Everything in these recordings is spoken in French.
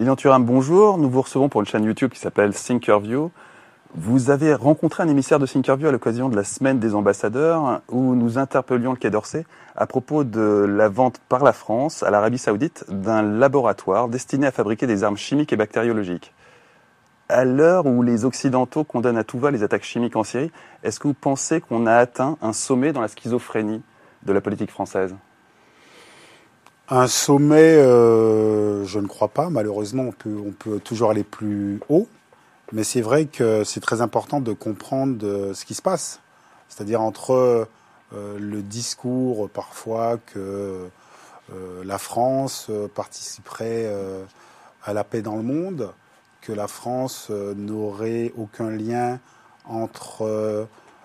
Lilian Thuram, bonjour. Nous vous recevons pour une chaîne YouTube qui s'appelle Thinkerview. Vous avez rencontré un émissaire de Thinkerview à l'occasion de la semaine des ambassadeurs où nous interpellions le Quai d'Orsay à propos de la vente par la France à l'Arabie Saoudite d'un laboratoire destiné à fabriquer des armes chimiques et bactériologiques. À l'heure où les Occidentaux condamnent à tout va les attaques chimiques en Syrie, est-ce que vous pensez qu'on a atteint un sommet dans la schizophrénie de la politique française ? Un sommet, je ne crois pas. Malheureusement, on peut toujours aller plus haut. Mais c'est vrai que c'est très important de comprendre ce qui se passe. C'est-à-dire entre le discours parfois que la France participerait à la paix dans le monde, que la France n'aurait aucun lien entre,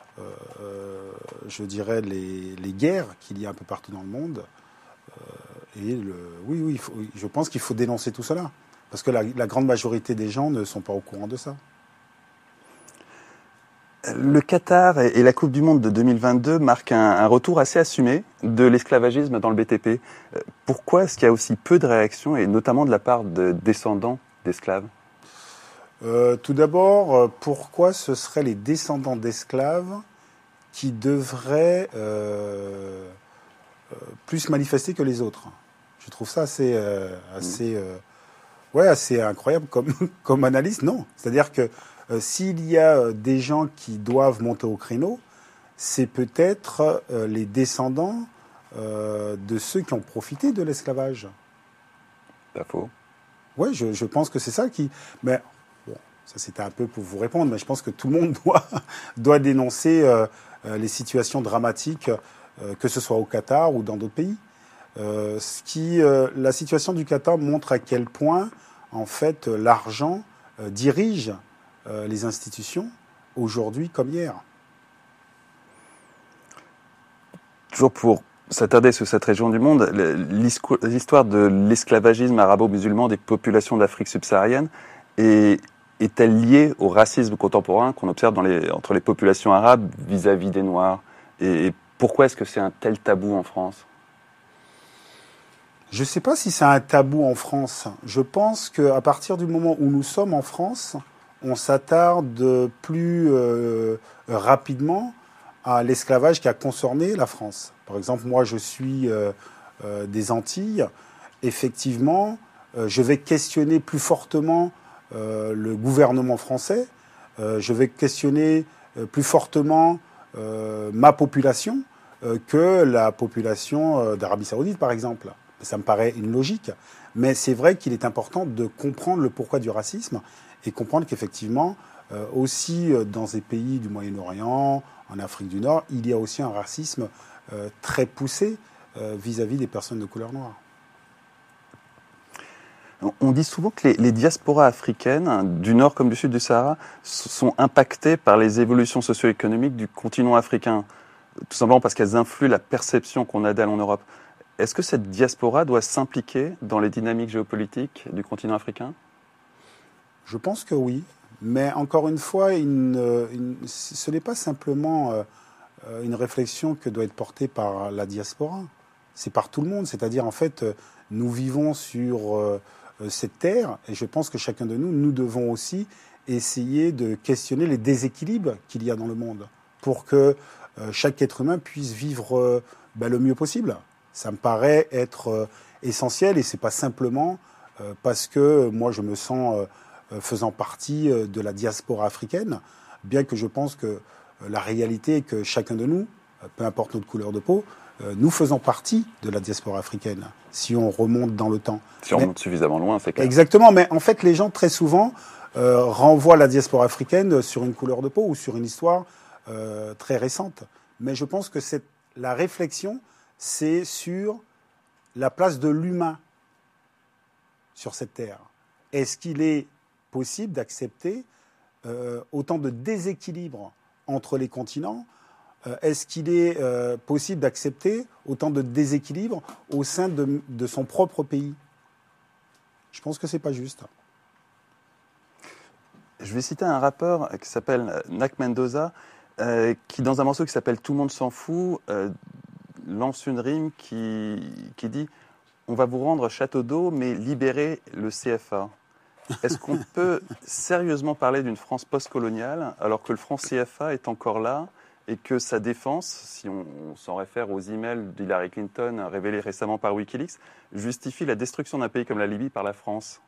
je dirais, les guerres qu'il y a un peu partout dans le monde. Oui, je pense qu'il faut dénoncer tout cela. Parce que la grande majorité des gens ne sont pas au courant de ça. Le Qatar et la Coupe du Monde de 2022 marquent un retour assez assumé de l'esclavagisme dans le BTP. Pourquoi est-ce qu'il y a aussi peu de réactions, et notamment de la part de descendants d'esclaves ? Tout d'abord, pourquoi ce seraient les descendants d'esclaves qui devraient plus manifester que les autres ? Je trouve ça assez incroyable comme analyse. Non, c'est-à-dire que s'il y a des gens qui doivent monter au créneau, c'est peut-être les descendants de ceux qui ont profité de l'esclavage. Pas faux. Oui, je pense que c'est ça qui... Mais bon, ça c'était un peu pour vous répondre, mais je pense que tout le monde doit dénoncer les situations dramatiques, que ce soit au Qatar ou dans d'autres pays. La situation du Qatar montre à quel point, en fait, l'argent dirige les institutions aujourd'hui comme hier. Toujours pour s'attarder sur cette région du monde, l'histoire de l'esclavagisme arabo-musulman des populations d'Afrique subsaharienne est-elle liée au racisme contemporain qu'on observe entre les populations arabes vis-à-vis des Noirs ? Et pourquoi est-ce que c'est un tel tabou en France ? Je ne sais pas si c'est un tabou en France. Je pense qu'à partir du moment où nous sommes en France, on s'attarde plus rapidement à l'esclavage qui a concerné la France. Par exemple, moi, je suis des Antilles. Effectivement, je vais questionner plus fortement le gouvernement français. Je vais questionner plus fortement ma population que la population d'Arabie Saoudite, par exemple. Ça me paraît une logique. Mais c'est vrai qu'il est important de comprendre le pourquoi du racisme et comprendre qu'effectivement, aussi dans les pays du Moyen-Orient, en Afrique du Nord, il y a aussi un racisme très poussé vis-à-vis des personnes de couleur noire. On dit souvent que les diasporas africaines, du nord comme du sud du Sahara, sont impactées par les évolutions socio-économiques du continent africain, tout simplement parce qu'elles influent la perception qu'on a d'elles en Europe. Est-ce que cette diaspora doit s'impliquer dans les dynamiques géopolitiques du continent africain ? Je pense que oui. Mais encore une fois, ce n'est pas simplement une réflexion que doit être portée par la diaspora. C'est par tout le monde. C'est-à-dire, en fait, nous vivons sur cette terre et je pense que chacun de nous devons aussi essayer de questionner les déséquilibres qu'il y a dans le monde pour que chaque être humain puisse vivre le mieux possible. Ça me paraît être essentiel et c'est pas simplement parce que moi je me sens faisant partie de la diaspora africaine, bien que je pense que la réalité est que chacun de nous, peu importe notre couleur de peau, nous faisons partie de la diaspora africaine, si on remonte dans le temps. Si on remonte suffisamment loin, c'est clair. Exactement, mais en fait les gens très souvent renvoient la diaspora africaine sur une couleur de peau ou sur une histoire très récente. Mais je pense que la réflexion, c'est sur la place de l'humain sur cette terre. Est-ce qu'il est possible d'accepter autant de déséquilibre entre les continents ? Est-ce qu'il est possible d'accepter autant de déséquilibre au sein de son propre pays ? Je pense que ce n'est pas juste. Je vais citer un rappeur qui s'appelle Nak Mendoza, qui, dans un morceau qui s'appelle « Tout le monde s'en fout », lance une rime qui dit « On va vous rendre château d'eau, mais libérer le CFA ». Est-ce qu'on peut sérieusement parler d'une France postcoloniale alors que le franc CFA est encore là et que sa défense, si on s'en réfère aux emails d'Hillary Clinton révélés récemment par Wikileaks, justifie la destruction d'un pays comme la Libye par la France?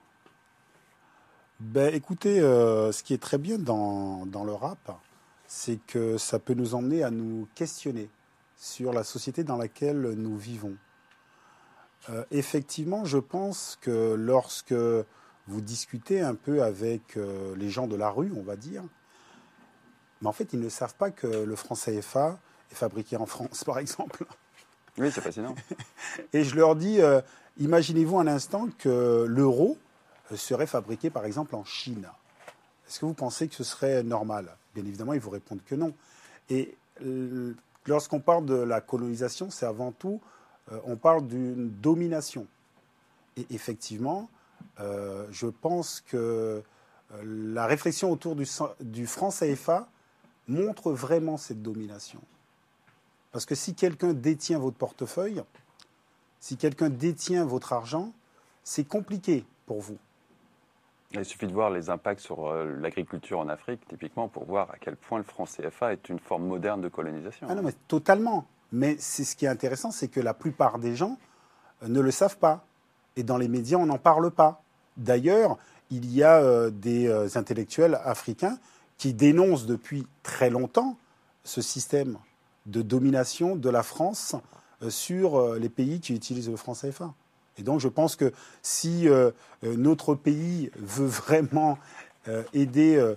Ben, écoutez, ce qui est très bien dans le rap, c'est que ça peut nous emmener à nous questionner sur la société dans laquelle nous vivons. Effectivement, je pense que lorsque vous discutez un peu avec les gens de la rue, on va dire, mais en fait, ils ne savent pas que le franc CFA est fabriqué en France, par exemple. Oui, c'est fascinant. Et je leur dis, imaginez-vous un instant que l'euro serait fabriqué, par exemple, en Chine. Est-ce que vous pensez que ce serait normal? Bien évidemment, ils vous répondent que non. Et lorsqu'on parle de la colonisation, c'est avant tout, on parle d'une domination. Et effectivement, je pense que la réflexion autour du franc CFA montre vraiment cette domination. Parce que si quelqu'un détient votre portefeuille, si quelqu'un détient votre argent, c'est compliqué pour vous. Il suffit de voir les impacts sur l'agriculture en Afrique, typiquement, pour voir à quel point le franc CFA est une forme moderne de colonisation. Ah non, mais totalement. Mais ce qui est intéressant, c'est que la plupart des gens ne le savent pas. Et dans les médias, on n'en parle pas. D'ailleurs, il y a des intellectuels africains qui dénoncent depuis très longtemps ce système de domination de la France sur les pays qui utilisent le franc CFA. Et donc, je pense que si notre pays veut vraiment aider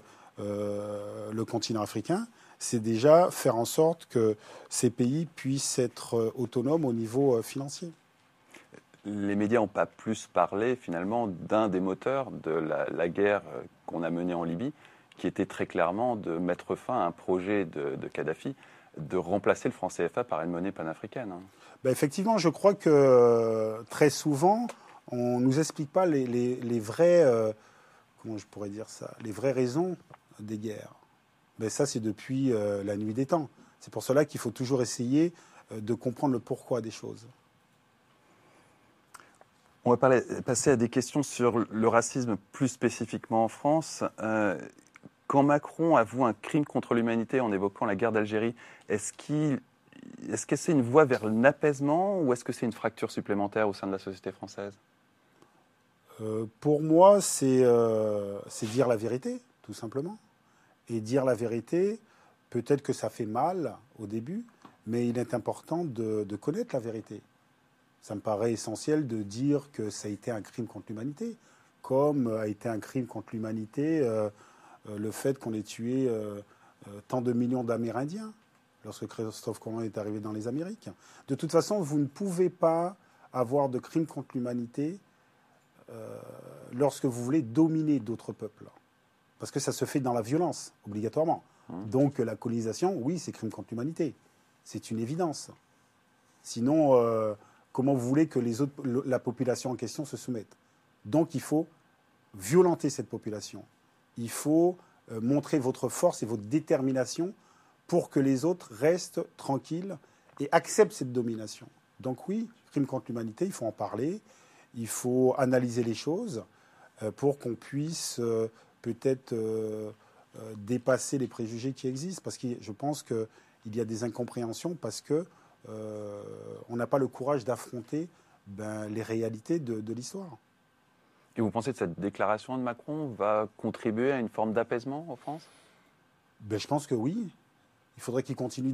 le continent africain, c'est déjà faire en sorte que ces pays puissent être autonomes au niveau financier. Les médias n'ont pas plus parlé, finalement, d'un des moteurs de la guerre qu'on a menée en Libye, qui était très clairement de mettre fin à un projet de Kadhafi, de remplacer le franc CFA par une monnaie panafricaine. Ben effectivement, je crois que très souvent, on ne nous explique pas les vraies, comment je pourrais dire ça, les vraies raisons des guerres. Ben ça, c'est depuis la nuit des temps. C'est pour cela qu'il faut toujours essayer de comprendre le pourquoi des choses. On va passer à des questions sur le racisme plus spécifiquement en France. Quand Macron avoue un crime contre l'humanité en évoquant la guerre d'Algérie, est-ce que c'est une voie vers l'apaisement ou est-ce que c'est une fracture supplémentaire au sein de la société française? Pour moi, c'est dire la vérité, tout simplement. Et dire la vérité, peut-être que ça fait mal au début, mais il est important de connaître la vérité. Ça me paraît essentiel de dire que ça a été un crime contre l'humanité, comme a été un crime contre l'humanité le fait qu'on ait tué tant de millions d'Amérindiens lorsque Christophe Colomb est arrivé dans les Amériques. De toute façon, vous ne pouvez pas avoir de crime contre l'humanité lorsque vous voulez dominer d'autres peuples. Parce que ça se fait dans la violence, obligatoirement. Donc la colonisation, oui, c'est crime contre l'humanité. C'est une évidence. Sinon, comment vous voulez que la population en question se soumette? Donc il faut violenter cette population. Il faut montrer votre force et votre détermination pour que les autres restent tranquilles et acceptent cette domination. Donc oui, crime contre l'humanité, il faut en parler, il faut analyser les choses pour qu'on puisse peut-être dépasser les préjugés qui existent, parce que je pense qu'il y a des incompréhensions, parce que on n'a pas le courage d'affronter les réalités de l'histoire. Et vous pensez que cette déclaration de Macron va contribuer à une forme d'apaisement en France? Je pense que oui. Il faudrait qu'il continue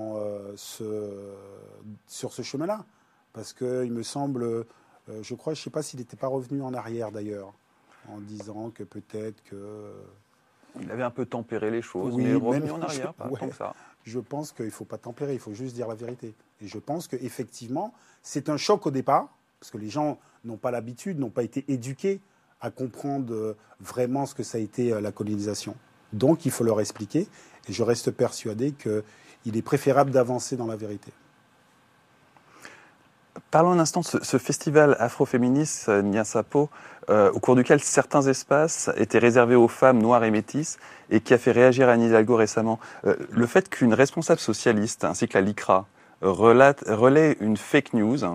sur ce chemin-là. Parce qu'il me semble, je crois, je ne sais pas s'il n'était pas revenu en arrière d'ailleurs, en disant que peut-être que... Il avait un peu tempéré les choses, oui, mais il est revenu en arrière, pas tant que ça. Je pense qu'il ne faut pas tempérer, il faut juste dire la vérité. Et je pense qu'effectivement, c'est un choc au départ, parce que les gens n'ont pas l'habitude, n'ont pas été éduqués à comprendre vraiment ce que ça a été la colonisation. Donc il faut leur expliquer, et je reste persuadé qu'il est préférable d'avancer dans la vérité. Parlons un instant de ce festival afroféministe Niasapo, au cours duquel certains espaces étaient réservés aux femmes noires et métisses et qui a fait réagir Anne Hidalgo récemment. Le fait qu'une responsable socialiste, ainsi que la LICRA, relaie une fake news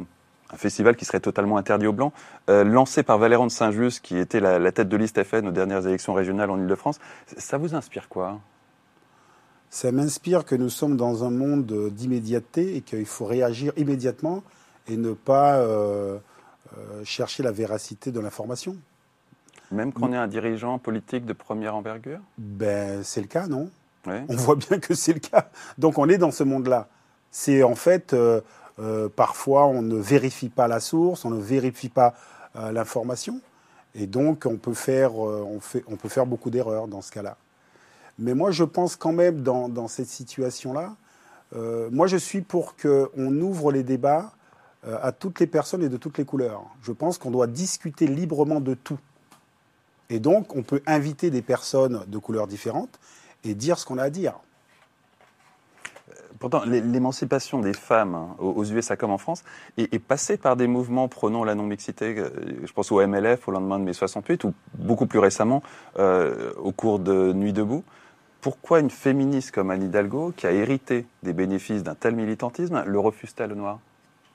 Un festival qui serait totalement interdit aux Blancs, lancé par Valéran de Saint-Just, qui était la tête de liste FN aux dernières élections régionales en Ile-de-France. Ça vous inspire quoi? Ça m'inspire que nous sommes dans un monde d'immédiateté et qu'il faut réagir immédiatement et ne pas chercher la véracité de l'information. Même quand on est un dirigeant politique de première envergure? Ben, c'est le cas, non? Oui. On voit bien que c'est le cas. Donc on est dans ce monde-là. C'est en fait, parfois on ne vérifie pas la source, on ne vérifie pas l'information. Et donc on peut faire beaucoup d'erreurs dans ce cas-là. Mais moi je pense quand même dans cette situation-là, moi je suis pour qu'on ouvre les débats à toutes les personnes et de toutes les couleurs. Je pense qu'on doit discuter librement de tout. Et donc on peut inviter des personnes de couleurs différentes et dire ce qu'on a à dire. Pourtant, l'émancipation des femmes aux USA comme en France est passée par des mouvements prônant la non-mixité. Je pense au MLF au lendemain de mai 68 ou beaucoup plus récemment au cours de Nuit debout. Pourquoi une féministe comme Anne Hidalgo, qui a hérité des bénéfices d'un tel militantisme, le refuse-t-elle au noir?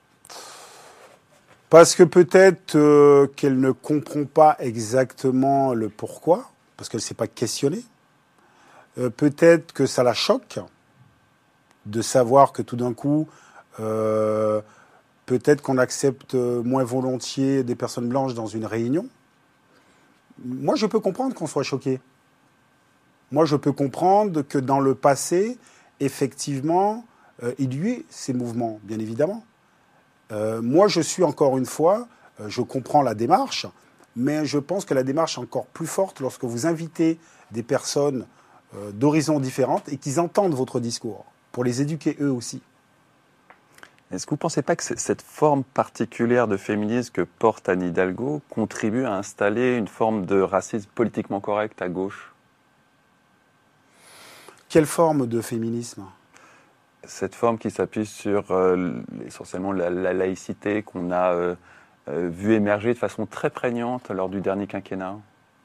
Parce que peut-être qu'elle ne comprend pas exactement le pourquoi, parce qu'elle ne s'est pas questionnée. Peut-être que ça la choque de savoir que tout d'un coup, peut-être qu'on accepte moins volontiers des personnes blanches dans une réunion. Moi, je peux comprendre qu'on soit choqué. Moi, je peux comprendre que dans le passé, effectivement, il y eut ces mouvements, bien évidemment. Moi, je suis encore une fois, je comprends la démarche, mais je pense que la démarche est encore plus forte lorsque vous invitez des personnes d'horizons différentes et qu'ils entendent votre discours, pour les éduquer eux aussi. Est-ce que vous ne pensez pas que cette forme particulière de féminisme que porte Anne Hidalgo contribue à installer une forme de racisme politiquement correct à gauche? Quelle forme de féminisme? Cette forme qui s'appuie sur essentiellement la laïcité qu'on a vu émerger de façon très prégnante lors du dernier quinquennat.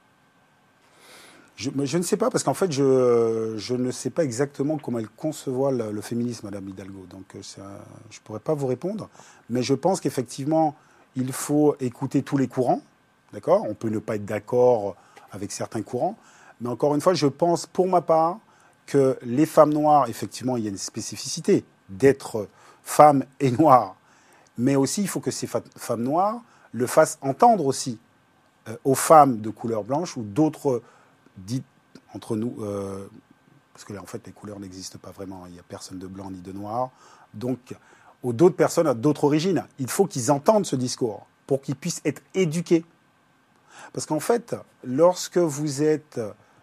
Je ne sais pas, parce qu'en fait, je ne sais pas exactement comment elle concevoir le féminisme, Madame Hidalgo. Donc, je ne pourrais pas vous répondre. Mais je pense qu'effectivement, il faut écouter tous les courants. D'accord? On peut ne pas être d'accord avec certains courants. Mais encore une fois, je pense, pour ma part, que les femmes noires, effectivement, il y a une spécificité d'être femmes et noires. Mais aussi, il faut que ces femmes noires le fassent entendre aussi aux femmes de couleur blanche ou d'autres dites entre nous, parce que là, en fait, les couleurs n'existent pas vraiment. Il n'y a personne de blanc ni de noir. Donc, aux d'autres personnes à d'autres origines, il faut qu'ils entendent ce discours pour qu'ils puissent être éduqués. Parce qu'en fait, lorsque vous êtes,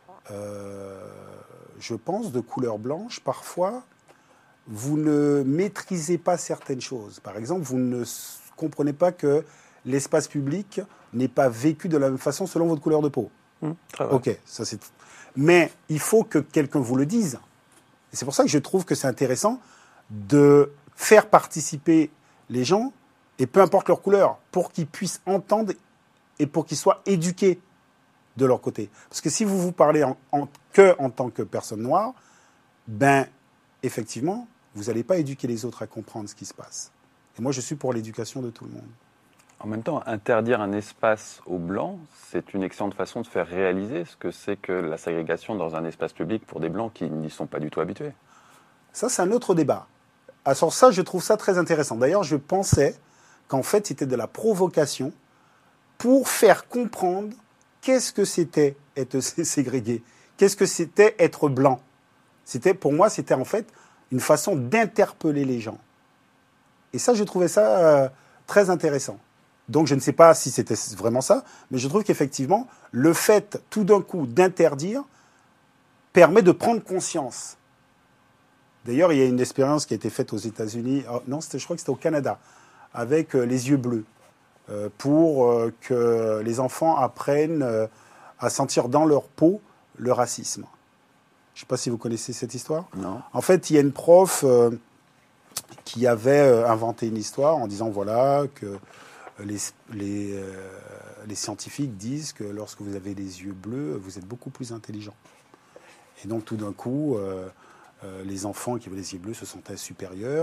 je pense, de couleur blanche, parfois, vous ne maîtrisez pas certaines choses. Par exemple, vous ne comprenez pas que l'espace public n'est pas vécu de la même façon selon votre couleur de peau. Très vrai. Ok, ça c'est. Mais il faut que quelqu'un vous le dise. Et c'est pour ça que je trouve que c'est intéressant de faire participer les gens, et peu importe leur couleur, pour qu'ils puissent entendre et pour qu'ils soient éduqués de leur côté. Parce que si vous parlez en tant que personne noire, ben effectivement, vous n'allez pas éduquer les autres à comprendre ce qui se passe. Et moi, je suis pour l'éducation de tout le monde. En même temps, interdire un espace aux Blancs, c'est une excellente façon de faire réaliser ce que c'est que la ségrégation dans un espace public pour des Blancs qui n'y sont pas du tout habitués. Ça, c'est un autre débat. Alors ça, je trouve ça très intéressant. D'ailleurs, je pensais qu'en fait, c'était de la provocation pour faire comprendre qu'est-ce que c'était être ségrégué, qu'est-ce que c'était être blanc. Pour moi, c'était en fait une façon d'interpeller les gens. Et ça, je trouvais ça très intéressant. Donc je ne sais pas si c'était vraiment ça, mais je trouve qu'effectivement, le fait tout d'un coup d'interdire permet de prendre conscience. D'ailleurs, il y a une expérience qui a été faite aux États-Unis, non, je crois que c'était au Canada, avec les yeux bleus, pour que les enfants apprennent à sentir dans leur peau le racisme. Je ne sais pas si vous connaissez cette histoire. Non. En fait, il y a une prof qui avait inventé une histoire en disant voilà que les scientifiques disent que lorsque vous avez les yeux bleus, vous êtes beaucoup plus intelligent. Et donc tout d'un coup, les enfants qui avaient les yeux bleus se sentaient supérieurs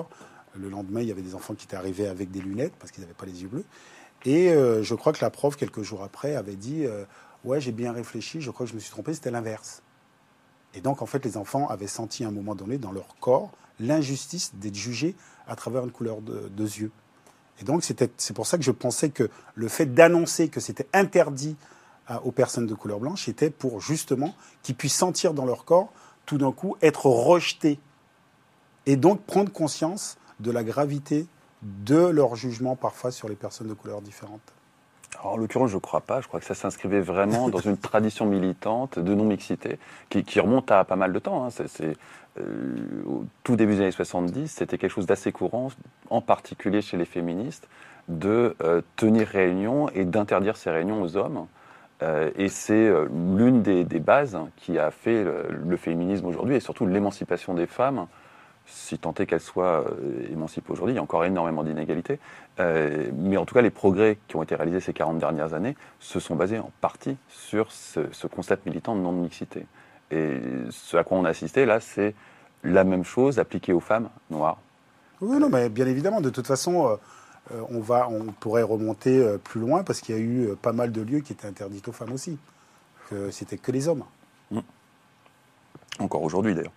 Le lendemain, il y avait des enfants qui étaient arrivés avec des lunettes parce qu'ils n'avaient pas les yeux bleus. Et je crois que la prof, quelques jours après, avait dit ouais, j'ai bien réfléchi, je crois que je me suis trompé, c'était l'inverse. Et donc, en fait, les enfants avaient senti à un moment donné dans leur corps l'injustice d'être jugés à travers une couleur de yeux. Et donc, c'est pour ça que je pensais que le fait d'annoncer que c'était interdit aux personnes de couleur blanche, c'était pour justement qu'ils puissent sentir dans leur corps, tout d'un coup, être rejetés. Et donc, prendre conscience de la gravité de leur jugement parfois sur les personnes de couleurs différentes. Alors, en l'occurrence, je ne crois pas. Je crois que ça s'inscrivait vraiment dans une tradition militante de non-mixité qui remonte à pas mal de temps. Au tout début des années 70, c'était quelque chose d'assez courant, en particulier chez les féministes, de tenir réunion et d'interdire ces réunions aux hommes. Et c'est l'une des bases qui a fait le féminisme aujourd'hui et surtout l'émancipation des femmes, si tant est qu'elles soient émancipées aujourd'hui. Il y a encore énormément d'inégalités. Mais en tout cas, les progrès qui ont été réalisés ces 40 dernières années se sont basés en partie sur ce concept militant de non-mixité. Et ce à quoi on a assisté, là, c'est la même chose appliquée aux femmes noires. Oui, non, mais bien évidemment. De toute façon, on pourrait remonter plus loin parce qu'il y a eu pas mal de lieux qui étaient interdits aux femmes aussi. Que c'était que les hommes. Encore aujourd'hui, d'ailleurs.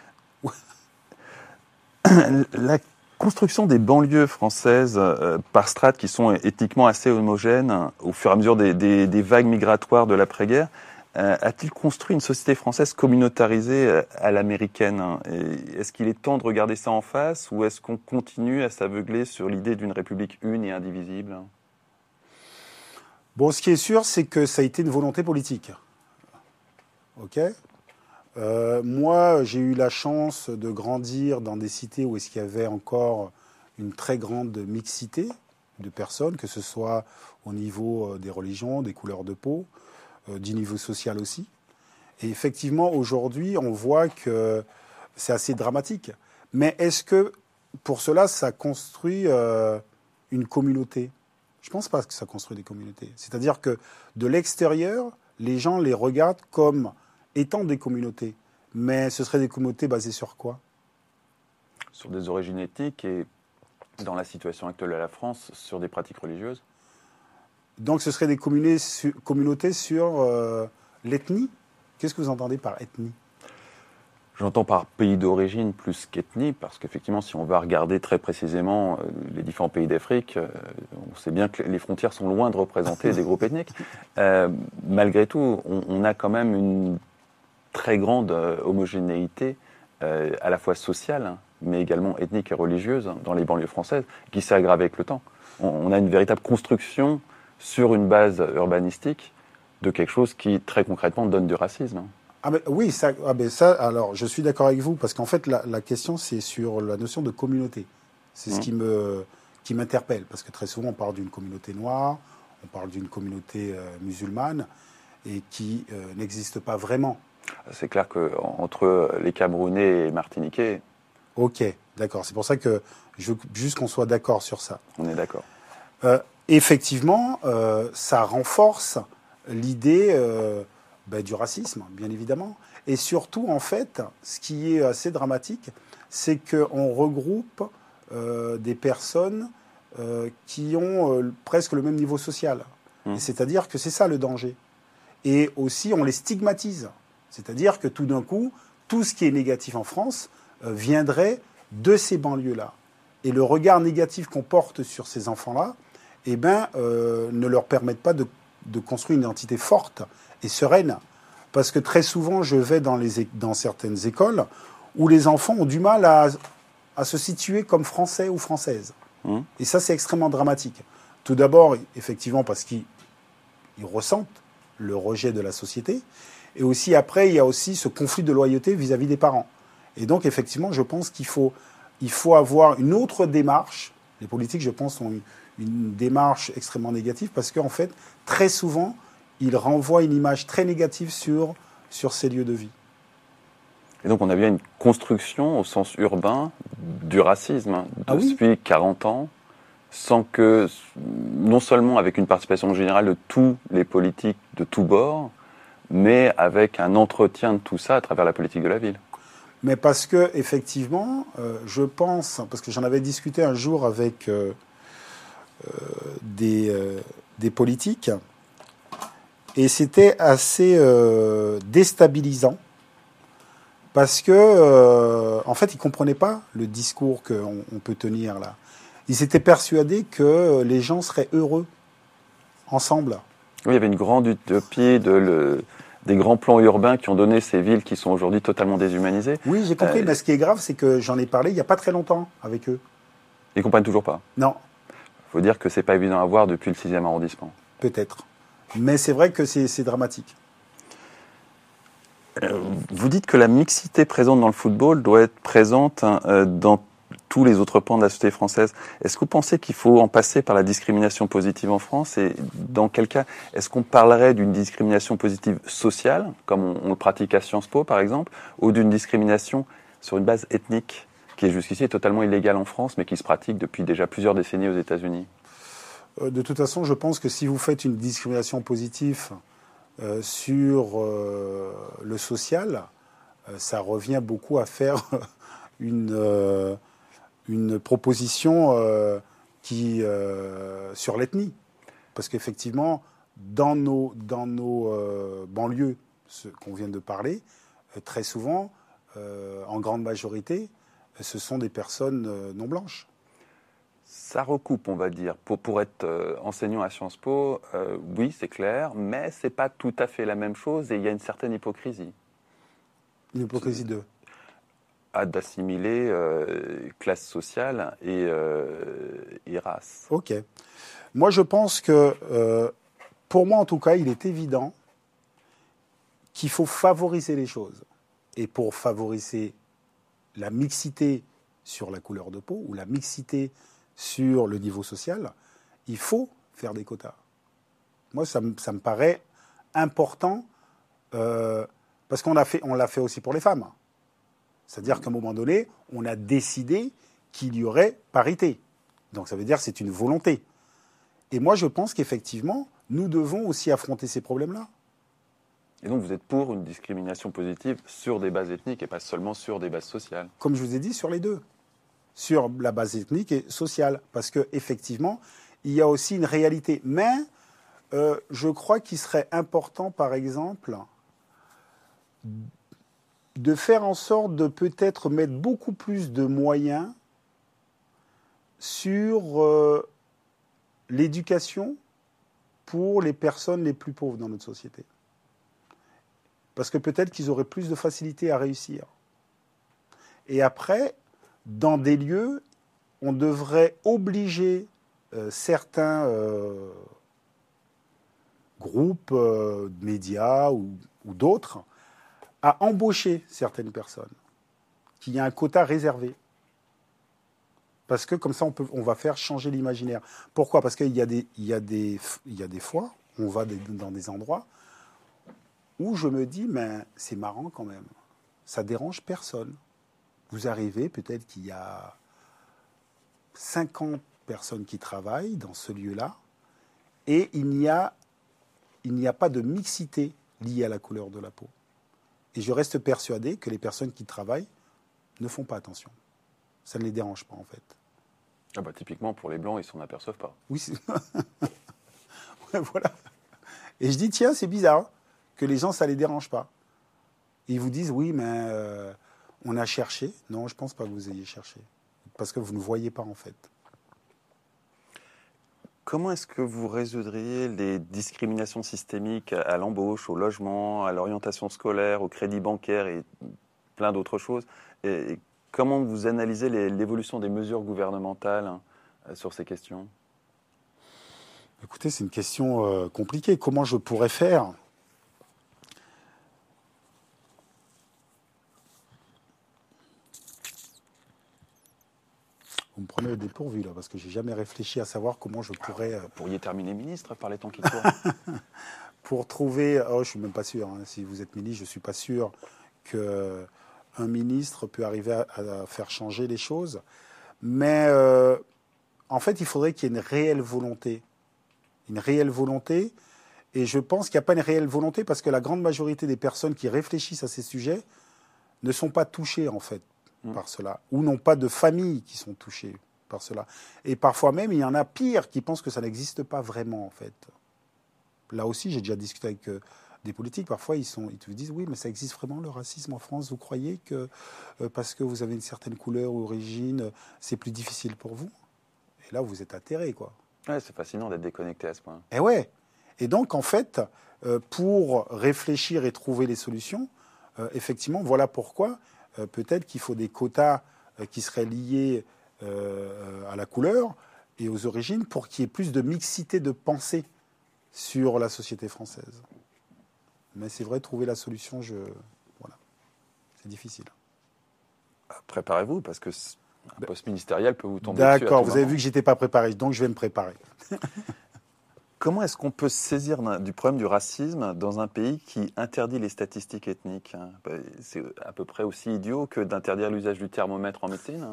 La construction des banlieues françaises par strates qui sont ethniquement assez homogènes au fur et à mesure des vagues migratoires de l'après-guerre a-t-il construit une société française communautarisée à l'américaine? Est-ce qu'il est temps de regarder ça en face ou est-ce qu'on continue à s'aveugler sur l'idée d'une république une et indivisible? Bon, ce qui est sûr, c'est que ça a été une volonté politique. Ok. Moi, j'ai eu la chance de grandir dans des cités où est-ce qu'il y avait encore une très grande mixité de personnes, que ce soit au niveau des religions, des couleurs de peau, du niveau social aussi. Et effectivement, aujourd'hui, on voit que c'est assez dramatique. Mais est-ce que, pour cela, ça construit une communauté? Je ne pense pas que ça construit des communautés. C'est-à-dire que, de l'extérieur, les gens les regardent comme étant des communautés. Mais ce seraient des communautés basées sur quoi? Sur des origines ethniques et, dans la situation actuelle de la France, sur des pratiques religieuses. Donc ce seraient des communautés sur l'ethnie? Qu'est-ce que vous entendez par ethnie? J'entends par pays d'origine plus qu'ethnie, parce qu'effectivement, si on va regarder très précisément les différents pays d'Afrique, on sait bien que les frontières sont loin de représenter des groupes ethniques. Malgré tout, on a quand même une très grande homogénéité, à la fois sociale, mais également ethnique et religieuse, dans les banlieues françaises, qui s'est aggravée avec le temps. On a une véritable construction sur une base urbanistique de quelque chose qui, très concrètement, donne du racisme. Ah ben, oui, ça, alors je suis d'accord avec vous, parce qu'en fait, la question, c'est sur la notion de communauté. C'est ce qui m'interpelle, parce que très souvent, on parle d'une communauté noire, on parle d'une communauté musulmane, et qui n'existe pas vraiment. C'est clair qu'entre les Camerounais et les Martiniquais... Ok, d'accord. C'est pour ça que je veux juste qu'on soit d'accord sur ça. On est d'accord. Effectivement, ça renforce l'idée du racisme, bien évidemment. Et surtout, en fait, ce qui est assez dramatique, c'est qu'on regroupe des personnes qui ont presque le même niveau social. C'est-à-dire que c'est ça le danger. Et aussi, on les stigmatise. C'est-à-dire que tout d'un coup, tout ce qui est négatif en France viendrait de ces banlieues-là. Et le regard négatif qu'on porte sur ces enfants-là, ne leur permettent pas de construire une identité forte et sereine. Parce que très souvent, je vais dans certaines écoles où les enfants ont du mal à se situer comme français ou françaises. Et ça, c'est extrêmement dramatique. Tout d'abord, effectivement, parce qu'ils ressentent le rejet de la société. Et aussi, après, il y a aussi ce conflit de loyauté vis-à-vis des parents. Et donc, effectivement, je pense qu'il faut avoir une autre démarche. Les politiques, je pense, ont une démarche extrêmement négative parce qu'en fait, très souvent, ils renvoient une image très négative sur ces lieux de vie. Et donc, on a bien une construction au sens urbain du racisme depuis 40 ans, sans que, non seulement avec une participation générale de tous les politiques de tous bords, mais avec un entretien de tout ça à travers la politique de la ville. Mais parce que, effectivement, je pense, parce que j'en avais discuté un jour avec des politiques, et c'était assez déstabilisant, parce que, en fait, ils ne comprenaient pas le discours qu'on peut tenir là. Ils étaient persuadés que les gens seraient heureux ensemble. Oui, il y avait une grande utopie des grands plans urbains qui ont donné ces villes qui sont aujourd'hui totalement déshumanisées. Oui, j'ai compris, mais ce qui est grave, c'est que j'en ai parlé il n'y a pas très longtemps avec eux. Ils ne comprennent toujours pas. Non. Il faut dire que c'est pas évident à voir depuis le 6e arrondissement. Peut-être. Mais c'est vrai que c'est dramatique. Vous dites que la mixité présente dans le football doit être présente dans tous les autres pans de la société française. Est-ce que vous pensez qu'il faut en passer par la discrimination positive en France? Et dans quel cas, est-ce qu'on parlerait d'une discrimination positive sociale, comme on le pratique à Sciences Po par exemple, ou d'une discrimination sur une base ethnique, qui est jusqu'ici totalement illégale en France, mais qui se pratique depuis déjà plusieurs décennies aux États-Unis? De toute façon, je pense que si vous faites une discrimination positive sur le social, ça revient beaucoup à faire une proposition sur l'ethnie. Parce qu'effectivement, dans nos banlieues, ce qu'on vient de parler, très souvent, en grande majorité, ce sont des personnes non blanches. Ça recoupe, on va dire. Pour être enseignant à Sciences Po, oui, c'est clair, mais c'est pas tout à fait la même chose et il y a une certaine hypocrisie. Une hypocrisie d'assimiler classe sociale et race. Ok. Moi, je pense que, pour moi en tout cas, il est évident qu'il faut favoriser les choses. Et pour favoriser la mixité sur la couleur de peau ou la mixité sur le niveau social, il faut faire des quotas. Moi, ça me paraît important parce qu'on l'a fait aussi pour les femmes. C'est-à-dire qu'à un moment donné, on a décidé qu'il y aurait parité. Donc ça veut dire que c'est une volonté. Et moi, je pense qu'effectivement, nous devons aussi affronter ces problèmes-là. Et donc vous êtes pour une discrimination positive sur des bases ethniques et pas seulement sur des bases sociales? Comme je vous ai dit, sur les deux. Sur la base ethnique et sociale. Parce qu'effectivement, il y a aussi une réalité. Mais je crois qu'il serait important, par exemple, de faire en sorte de peut-être mettre beaucoup plus de moyens sur l'éducation pour les personnes les plus pauvres dans notre société. Parce que peut-être qu'ils auraient plus de facilité à réussir. Et après, dans des lieux, on devrait obliger certains groupes, médias ou d'autres à embaucher certaines personnes, qu'il y a un quota réservé. Parce que comme ça, on va faire changer l'imaginaire. Pourquoi? Parce qu'il y a des fois, on va dans des endroits où je me dis, mais c'est marrant quand même. Ça dérange personne. Vous arrivez, peut-être qu'il y a 50 personnes qui travaillent dans ce lieu-là, et il n'y a pas de mixité liée à la couleur de la peau. Et je reste persuadé que les personnes qui travaillent ne font pas attention. Ça ne les dérange pas, en fait. Ah bah, typiquement, pour les Blancs, ils ne s'en aperçoivent pas. Oui, ouais, voilà. Et je dis, tiens, c'est bizarre que les gens, ça ne les dérange pas. Et ils vous disent, oui, mais on a cherché. Non, je ne pense pas que vous ayez cherché. Parce que vous ne voyez pas, en fait. Comment est-ce que vous résoudriez les discriminations systémiques à l'embauche, au logement, à l'orientation scolaire, au crédit bancaire et plein d'autres choses? Et comment vous analysez l'évolution des mesures gouvernementales sur ces questions? Écoutez, c'est une question compliquée. Comment je pourrais faire? Vous me prenez au dépourvu, là, parce que je n'ai jamais réfléchi à savoir comment je pourrais... Vous pourriez terminer ministre par les temps qui courent. Pour trouver... Oh, je ne suis même pas sûr. Hein. Si vous êtes ministre, je ne suis pas sûr qu'un ministre peut arriver à faire changer les choses. Mais en fait, il faudrait qu'il y ait une réelle volonté. Une réelle volonté. Et je pense qu'il n'y a pas une réelle volonté parce que la grande majorité des personnes qui réfléchissent à ces sujets ne sont pas touchés, en fait, par cela, ou n'ont pas de familles qui sont touchées par cela. Et parfois même, il y en a pire qui pensent que ça n'existe pas vraiment, en fait. Là aussi, j'ai déjà discuté avec des politiques. Parfois, ils te disent, oui, mais ça existe vraiment, le racisme en France. Vous croyez que parce que vous avez une certaine couleur ou origine, c'est plus difficile pour vous? Et là, vous êtes atterré, quoi. Ouais, c'est fascinant d'être déconnecté à ce point. Et ouais. Et donc, en fait, pour réfléchir et trouver les solutions, effectivement, voilà pourquoi peut-être qu'il faut des quotas qui seraient liés à la couleur et aux origines pour qu'il y ait plus de mixité de pensée sur la société française. Mais c'est vrai, trouver la solution, voilà, c'est difficile. Préparez-vous, parce que un poste ministériel peut vous tomber dessus. D'accord, vous avez vu que j'étais pas préparé, donc je vais me préparer. Comment est-ce qu'on peut se saisir du problème du racisme dans un pays qui interdit les statistiques ethniques? C'est à peu près aussi idiot que d'interdire l'usage du thermomètre en médecine.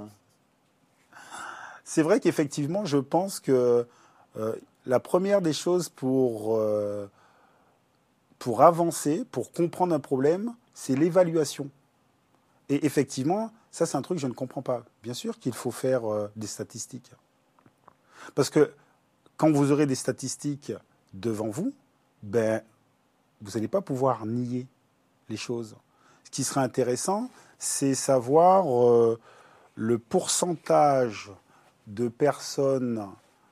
C'est vrai qu'effectivement, je pense que la première des choses pour avancer, pour comprendre un problème, c'est l'évaluation. Et effectivement, ça c'est un truc que je ne comprends pas. Bien sûr qu'il faut faire des statistiques. Parce que quand vous aurez des statistiques devant vous, ben, vous n'allez pas pouvoir nier les choses. Ce qui serait intéressant, c'est savoir le pourcentage de personnes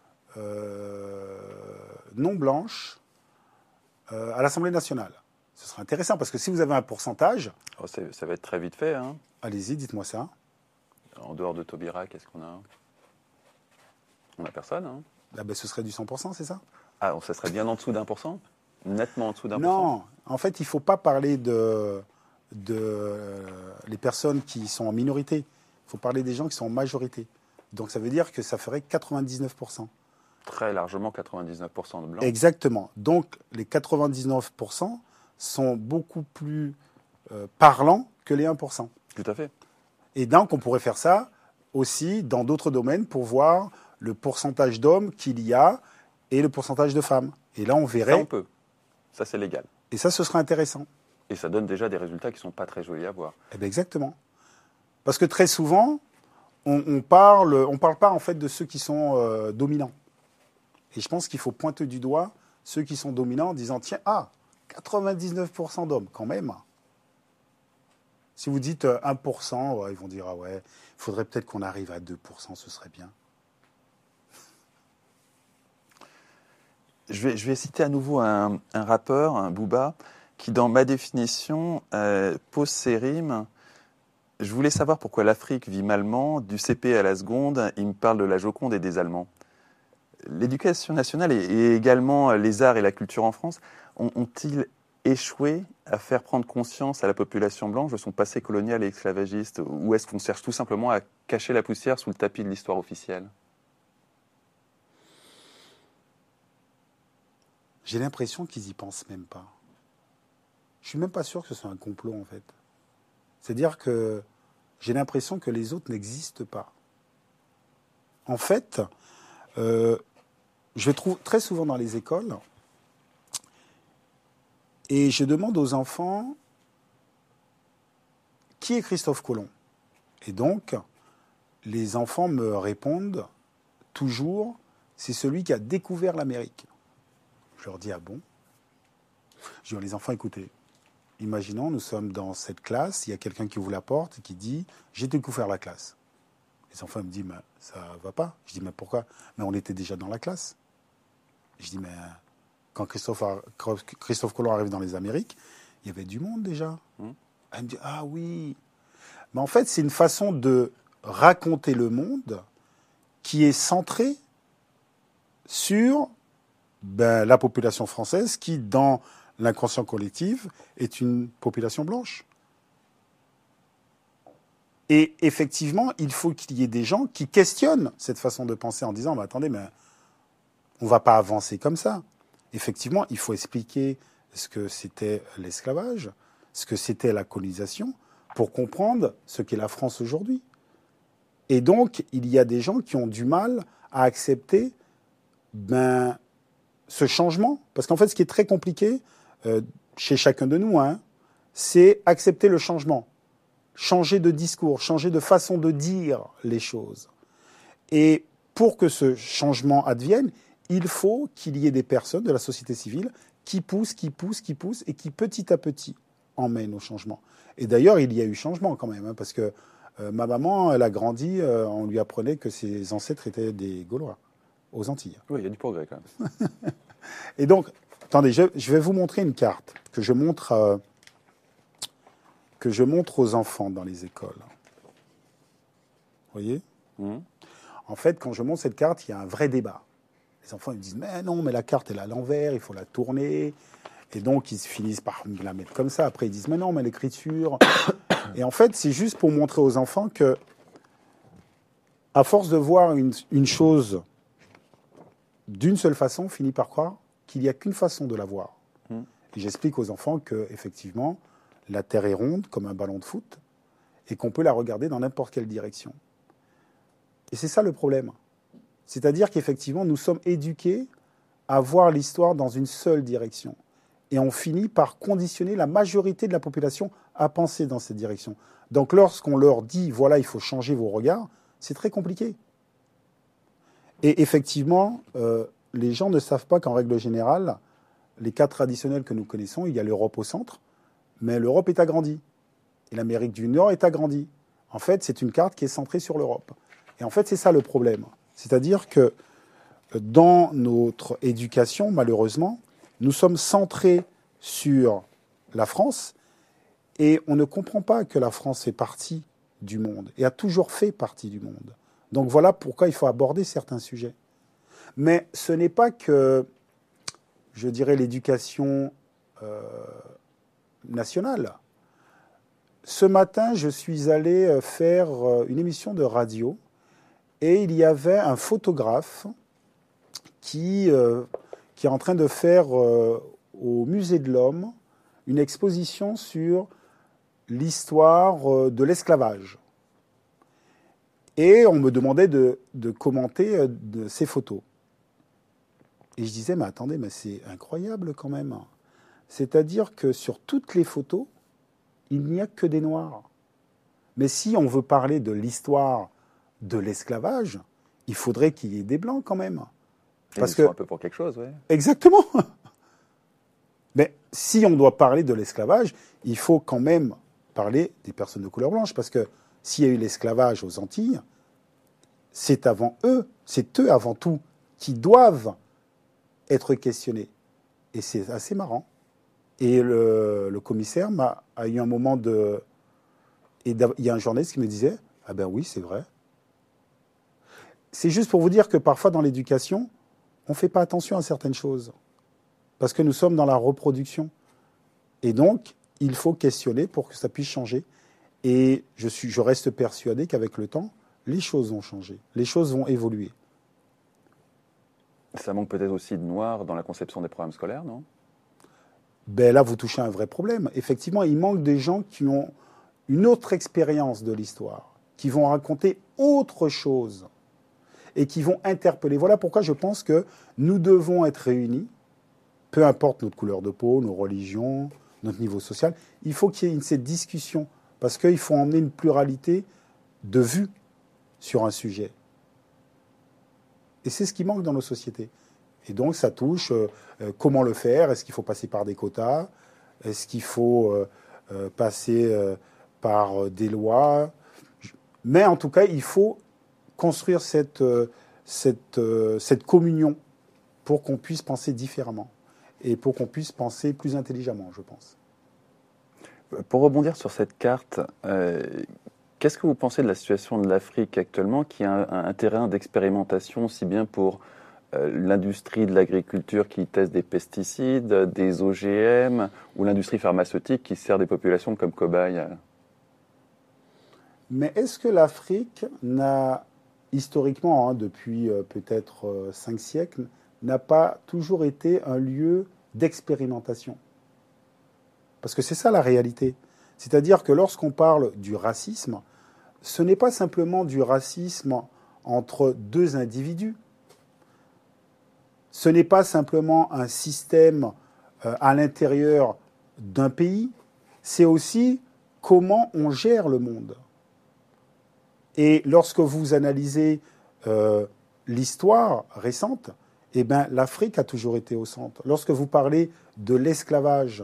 non blanches à l'Assemblée nationale. Ce serait intéressant, parce que si vous avez un pourcentage... Oh, ça va être très vite fait. Hein. Allez-y, dites-moi ça. En dehors de Taubira, qu'est-ce qu'on a? On n'a personne. Hein. Ah ben, ce serait du 100%, c'est ça? Ah, ça serait bien en dessous d'1%? Nettement en dessous d'1%? Non, en fait, il ne faut pas parler de les personnes qui sont en minorité. Il faut parler des gens qui sont en majorité. Donc ça veut dire que ça ferait 99%. Très largement 99% de blancs. Exactement. Donc les 99% sont beaucoup plus parlants que les 1%. Tout à fait. Et donc on pourrait faire ça aussi dans d'autres domaines pour voir le pourcentage d'hommes qu'il y a et le pourcentage de femmes. Et là on verrait... Ça on peut. Ça c'est légal. Et ça, ce serait intéressant. Et ça donne déjà des résultats qui ne sont pas très jolis à voir. Eh bien, exactement. Parce que très souvent, on parle pas en fait de ceux qui sont dominants. Et je pense qu'il faut pointer du doigt ceux qui sont dominants en disant, tiens, 99% d'hommes quand même. Si vous dites 1%, ouais, ils vont dire, ah ouais, il faudrait peut-être qu'on arrive à 2%, ce serait bien. Je vais citer à nouveau un rappeur, un Booba, qui dans ma définition pose ses rimes. Je voulais savoir pourquoi l'Afrique vit malement, du CP à la seconde, il me parle de la Joconde et des Allemands. L'éducation nationale et également les arts et la culture en France ont-ils échoué à faire prendre conscience à la population blanche de son passé colonial et esclavagiste, ou est-ce qu'on cherche tout simplement à cacher la poussière sous le tapis de l'histoire officielle? J'ai l'impression qu'ils y pensent même pas. Je suis même pas sûr que ce soit un complot, en fait. C'est-à-dire que j'ai l'impression que les autres n'existent pas. En fait, je trouve très souvent dans les écoles, et je demande aux enfants qui est Christophe Colomb. Et donc, les enfants me répondent toujours, c'est celui qui a découvert l'Amérique. Je leur dis, ah bon? Je dis, les enfants, écoutez, imaginons, nous sommes dans cette classe, il y a quelqu'un qui ouvre la porte et qui dit, j'ai découvert la classe. Les enfants me disent, mais ça va pas. Je dis, mais pourquoi? Mais on était déjà dans la classe. Je dis, mais quand Christophe Colomb arrive dans les Amériques, il y avait du monde déjà. Elle me dit, ah oui. Mais en fait, c'est une façon de raconter le monde qui est centrée sur la population française qui, dans l'inconscient collectif, est une population blanche. Et effectivement, il faut qu'il y ait des gens qui questionnent cette façon de penser en disant, mais attendez, mais on ne va pas avancer comme ça. Effectivement, il faut expliquer ce que c'était l'esclavage, ce que c'était la colonisation, pour comprendre ce qu'est la France aujourd'hui. Et donc, il y a des gens qui ont du mal à accepter ce changement. Parce qu'en fait, ce qui est très compliqué chez chacun de nous, c'est accepter le changement. changer de discours, changer de façon de dire les choses. Et pour que ce changement advienne, il faut qu'il y ait des personnes de la société civile qui poussent, et qui petit à petit emmènent au changement. Et d'ailleurs, il y a eu changement quand même, parce que ma maman, elle a grandi, on lui apprenait que ses ancêtres étaient des Gaulois, aux Antilles. Oui, il y a du progrès quand même. Et donc, attendez, je vais vous montrer une carte que je montre aux enfants dans les écoles. Vous voyez ? En fait, quand je montre cette carte, il y a un vrai débat. Les enfants ils me disent « Mais non, mais la carte, elle est à l'envers, il faut la tourner. » Et donc, ils finissent par la mettre comme ça. Après, ils disent « Mais non, mais l'écriture... » Et en fait, c'est juste pour montrer aux enfants que, à force de voir une chose d'une seule façon, on finit par croire qu'il n'y a qu'une façon de la voir. Et j'explique aux enfants qu'effectivement, la Terre est ronde comme un ballon de foot et qu'on peut la regarder dans n'importe quelle direction. Et c'est ça le problème. C'est-à-dire qu'effectivement, nous sommes éduqués à voir l'histoire dans une seule direction. Et on finit par conditionner la majorité de la population à penser dans cette direction. Donc lorsqu'on leur dit « voilà, il faut changer vos regards », c'est très compliqué. Et effectivement, les gens ne savent pas qu'en règle générale, les cas traditionnels que nous connaissons, il y a l'Europe au centre, mais l'Europe est agrandie. Et l'Amérique du Nord est agrandie. En fait, c'est une carte qui est centrée sur l'Europe. Et en fait, c'est ça le problème. C'est-à-dire que dans notre éducation, malheureusement, nous sommes centrés sur la France et on ne comprend pas que la France fait partie du monde et a toujours fait partie du monde. Donc voilà pourquoi il faut aborder certains sujets. Mais ce n'est pas que, je dirais, l'éducation nationale. Ce matin, je suis allé faire une émission de radio et il y avait un photographe qui est en train de faire au Musée de l'Homme une exposition sur l'histoire de l'esclavage. Et on me demandait de commenter de ces photos. Et je disais, mais attendez, mais c'est incroyable quand même. C'est-à-dire que sur toutes les photos, il n'y a que des noirs. Mais si on veut parler de l'histoire de l'esclavage, il faudrait qu'il y ait des blancs quand même. Parce que un peu pour quelque chose, oui. Exactement. Mais si on doit parler de l'esclavage, il faut quand même parler des personnes de couleur blanche, parce que s'il y a eu l'esclavage aux Antilles, c'est eux avant tout qui doivent être questionnés. Et c'est assez marrant. Et le commissaire a eu un moment de... Et il y a un journaliste qui me disait « Ah ben oui, c'est vrai ». C'est juste pour vous dire que parfois dans l'éducation, on ne fait pas attention à certaines choses. Parce que nous sommes dans la reproduction. Et donc, il faut questionner pour que ça puisse changer. Et je reste persuadé qu'avec le temps, les choses vont changer. Les choses vont évoluer. Ça manque peut-être aussi de noirs dans la conception des programmes scolaires, non ? Ben là, vous touchez un vrai problème. Effectivement, il manque des gens qui ont une autre expérience de l'histoire, qui vont raconter autre chose et qui vont interpeller. Voilà pourquoi je pense que nous devons être réunis, peu importe notre couleur de peau, nos religions, notre niveau social. Il faut qu'il y ait cette discussion, parce qu'il faut emmener une pluralité de vues sur un sujet. Et c'est ce qui manque dans nos sociétés. Et donc, ça touche comment le faire. Est-ce qu'il faut passer par des quotas ? Est-ce qu'il faut passer par des lois ? Mais en tout cas, il faut construire cette communion pour qu'on puisse penser différemment et pour qu'on puisse penser plus intelligemment, je pense. Pour rebondir sur cette carte, qu'est-ce que vous pensez de la situation de l'Afrique actuellement, qui a un terrain d'expérimentation aussi bien pour l'industrie de l'agriculture qui teste des pesticides, des OGM, ou l'industrie pharmaceutique qui sert des populations comme cobayes ? Mais est-ce que l'Afrique n'a, historiquement, depuis peut-être 5 siècles, n'a pas toujours été un lieu d'expérimentation ? Parce que c'est ça la réalité. C'est-à-dire que lorsqu'on parle du racisme, ce n'est pas simplement du racisme entre deux individus. Ce n'est pas simplement un système à l'intérieur d'un pays. C'est aussi comment on gère le monde. Et lorsque vous analysez l'histoire récente, eh ben, l'Afrique a toujours été au centre. Lorsque vous parlez de l'esclavage,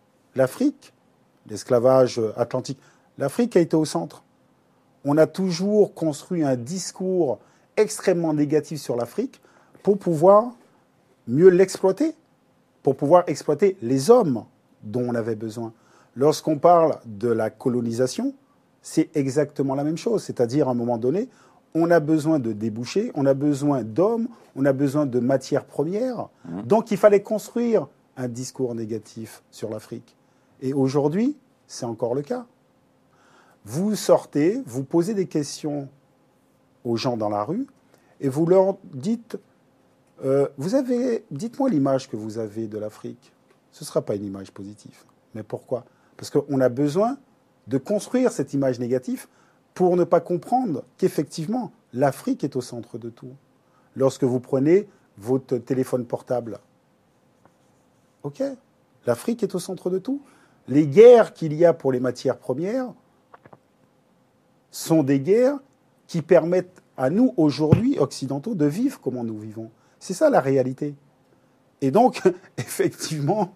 l'esclavage atlantique, l'Afrique a été au centre. On a toujours construit un discours extrêmement négatif sur l'Afrique pour pouvoir mieux l'exploiter, pour pouvoir exploiter les hommes dont on avait besoin. Lorsqu'on parle de la colonisation, c'est exactement la même chose. C'est-à-dire, à un moment donné, on a besoin de débouchés, on a besoin d'hommes, on a besoin de matières premières. Donc, il fallait construire un discours négatif sur l'Afrique. Et aujourd'hui, c'est encore le cas. Vous sortez, vous posez des questions aux gens dans la rue et vous leur dites dites-moi l'image que vous avez de l'Afrique. Ce ne sera pas une image positive. Mais pourquoi ? Parce qu'on a besoin de construire cette image négative pour ne pas comprendre qu'effectivement, l'Afrique est au centre de tout. Lorsque vous prenez votre téléphone portable, ok, l'Afrique est au centre de tout. Les guerres qu'il y a pour les matières premières sont des guerres qui permettent à nous, aujourd'hui, occidentaux, de vivre comme nous vivons. C'est ça la réalité. Et donc, effectivement,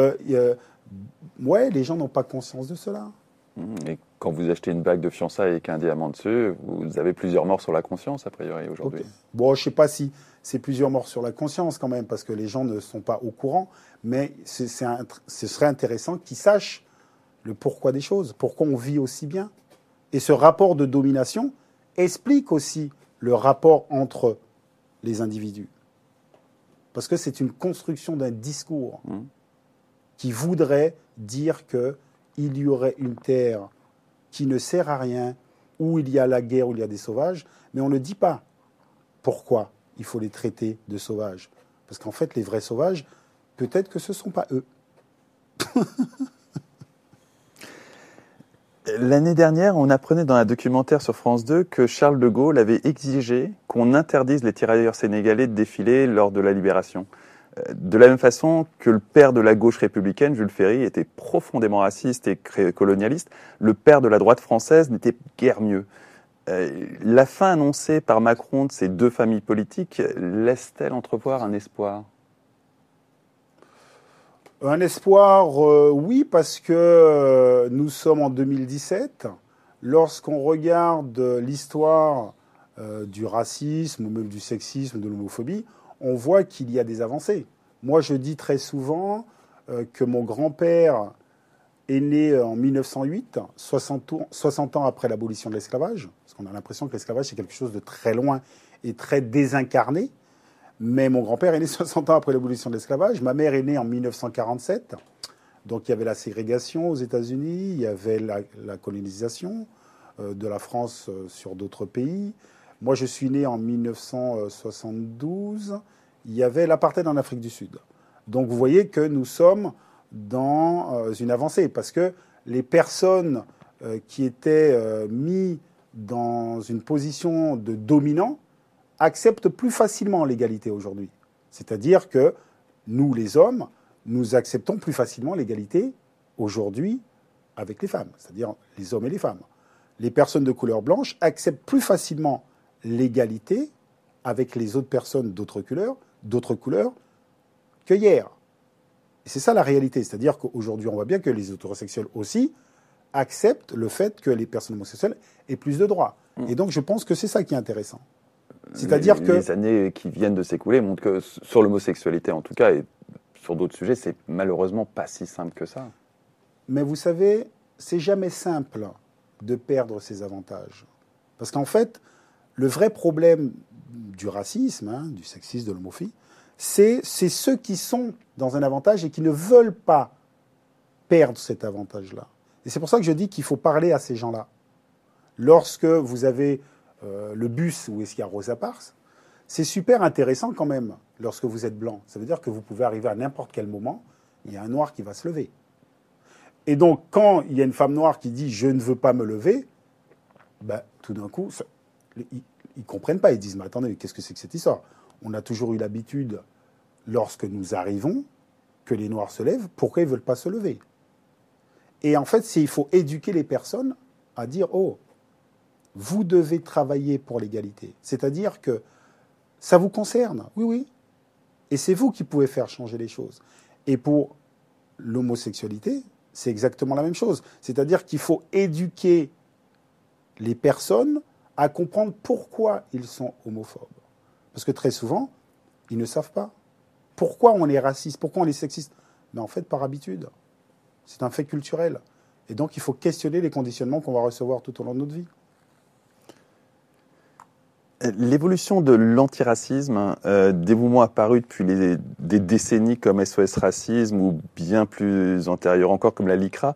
les gens n'ont pas conscience de cela. Et quand vous achetez une bague de fiançailles avec un diamant dessus, vous avez plusieurs morts sur la conscience, a priori, aujourd'hui. Okay. Bon, je ne sais pas si c'est plusieurs morts sur la conscience quand même, parce que les gens ne sont pas au courant, mais ce serait intéressant qu'ils sachent le pourquoi des choses, pourquoi on vit aussi bien. Et ce rapport de domination explique aussi le rapport entre les individus. Parce que c'est une construction d'un discours qui voudrait dire qu'il y aurait une terre qui ne sert à rien, où il y a la guerre, où il y a des sauvages, mais on ne dit pas pourquoi il faut les traiter de sauvages. Parce qu'en fait, les vrais sauvages, peut-être que ce ne sont pas eux. L'année dernière, on apprenait dans un documentaire sur France 2 que Charles de Gaulle avait exigé qu'on interdise les tirailleurs sénégalais de défiler lors de la libération. De la même façon que le père de la gauche républicaine, Jules Ferry, était profondément raciste et colonialiste, le père de la droite française n'était guère mieux. La fin annoncée par Macron de ces deux familles politiques laisse-t-elle entrevoir un espoir ? Un espoir, oui, parce que nous sommes en 2017. Lorsqu'on regarde l'histoire du racisme ou même du sexisme, de l'homophobie, on voit qu'il y a des avancées. Moi, je dis très souvent que mon grand-père est né en 1908, 60 ans après l'abolition de l'esclavage, parce qu'on a l'impression que l'esclavage, c'est quelque chose de très loin et très désincarné. Mais mon grand-père est né 60 ans après l'abolition de l'esclavage. Ma mère est née en 1947. Donc il y avait la ségrégation aux États-Unis, il y avait la colonisation de la France sur d'autres pays. Moi, je suis né en 1972. Il y avait l'apartheid en Afrique du Sud. Donc vous voyez que nous sommes dans une avancée, parce que les personnes qui étaient mises dans une position de dominant acceptent plus facilement l'égalité aujourd'hui. C'est-à-dire que nous, les hommes, nous acceptons plus facilement l'égalité aujourd'hui avec les femmes, c'est-à-dire les hommes et les femmes. Les personnes de couleur blanche acceptent plus facilement l'égalité avec les autres personnes d'autres couleurs que hier. Et c'est ça la réalité, c'est-à-dire qu'aujourd'hui, on voit bien que les hétérosexuels aussi acceptent le fait que les personnes homosexuelles aient plus de droits. Et donc, je pense que c'est ça qui est intéressant. C'est-à-dire que les années qui viennent de s'écouler montrent que sur l'homosexualité, en tout cas, et sur d'autres sujets, c'est malheureusement pas si simple que ça. Mais vous savez, c'est jamais simple de perdre ses avantages. Parce qu'en fait, le vrai problème du racisme, du sexisme, de l'homophobie, c'est ceux qui sont dans un avantage et qui ne veulent pas perdre cet avantage-là. Et c'est pour ça que je dis qu'il faut parler à ces gens-là. Lorsque vous avez le bus où est-ce qu'il y a Rosa Parks, c'est super intéressant quand même lorsque vous êtes blanc. Ça veut dire que vous pouvez arriver à n'importe quel moment, il y a un noir qui va se lever. Et donc, quand il y a une femme noire qui dit « je ne veux pas me lever », tout d'un coup, ils ne comprennent pas. Ils disent « mais attendez, qu'est-ce que c'est que cette histoire ?» On a toujours eu l'habitude, lorsque nous arrivons, que les noirs se lèvent. Pourquoi ils ne veulent pas se lever ? Et en fait, il faut éduquer les personnes à dire, oh, vous devez travailler pour l'égalité. C'est-à-dire que ça vous concerne, oui, oui. Et c'est vous qui pouvez faire changer les choses. Et pour l'homosexualité, c'est exactement la même chose. C'est-à-dire qu'il faut éduquer les personnes à comprendre pourquoi ils sont homophobes. Parce que très souvent, ils ne savent pas. Pourquoi on est raciste, pourquoi on est sexiste? Mais en fait, par habitude. C'est un fait culturel. Et donc, il faut questionner les conditionnements qu'on va recevoir tout au long de notre vie. L'évolution de l'antiracisme, des mouvements apparus depuis des décennies comme SOS Racisme ou bien plus antérieurs encore comme la LICRA,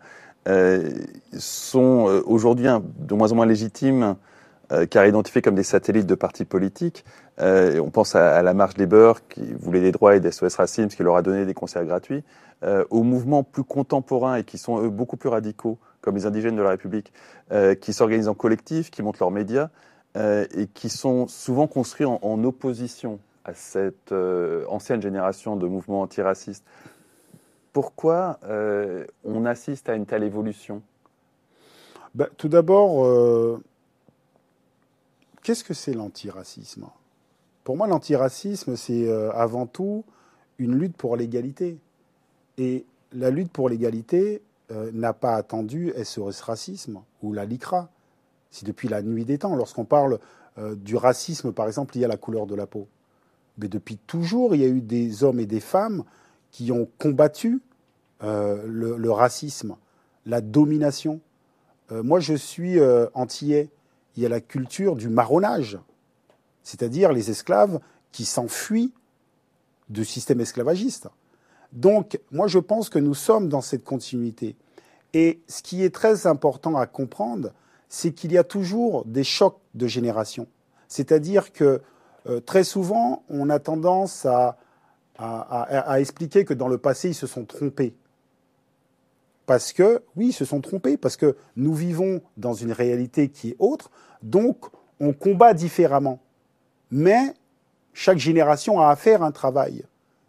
sont aujourd'hui de moins en moins légitimes car identifiés comme des satellites de partis politiques. On pense à la marche des beurs qui voulait des droits et des SOS Racisme qui leur a donné des concerts gratuits, aux mouvements plus contemporains et qui sont eux beaucoup plus radicaux comme les indigènes de la République, qui s'organisent en collectif, qui montent leurs médias, et qui sont souvent construits en opposition à cette ancienne génération de mouvements antiracistes. Pourquoi on assiste à une telle évolution? Tout d'abord, qu'est-ce que c'est l'antiracisme? Pour moi, l'antiracisme, c'est avant tout une lutte pour l'égalité. Et la lutte pour l'égalité n'a pas attendu SOS Racisme ou la LICRA. C'est depuis la nuit des temps. Lorsqu'on parle du racisme, par exemple, lié à la couleur de la peau, mais depuis toujours, il y a eu des hommes et des femmes qui ont combattu le racisme, la domination. Moi, je suis antillais. Il y a la culture du marronnage, c'est-à-dire les esclaves qui s'enfuient du système esclavagiste. Donc, moi, je pense que nous sommes dans cette continuité. Et ce qui est très important à comprendre, c'est qu'il y a toujours des chocs de génération. C'est-à-dire que très souvent, on a tendance à expliquer que dans le passé, ils se sont trompés. Parce que, oui, ils se sont trompés, parce que nous vivons dans une réalité qui est autre, donc on combat différemment. Mais chaque génération a à faire un travail.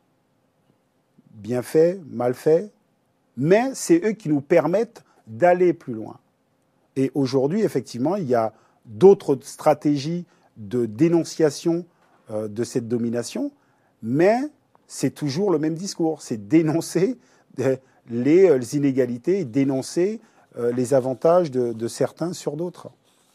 Bien fait, mal fait, mais c'est eux qui nous permettent d'aller plus loin. Et aujourd'hui, effectivement, il y a d'autres stratégies de dénonciation de cette domination, mais c'est toujours le même discours, c'est dénoncer les inégalités, dénoncer les avantages de certains sur d'autres.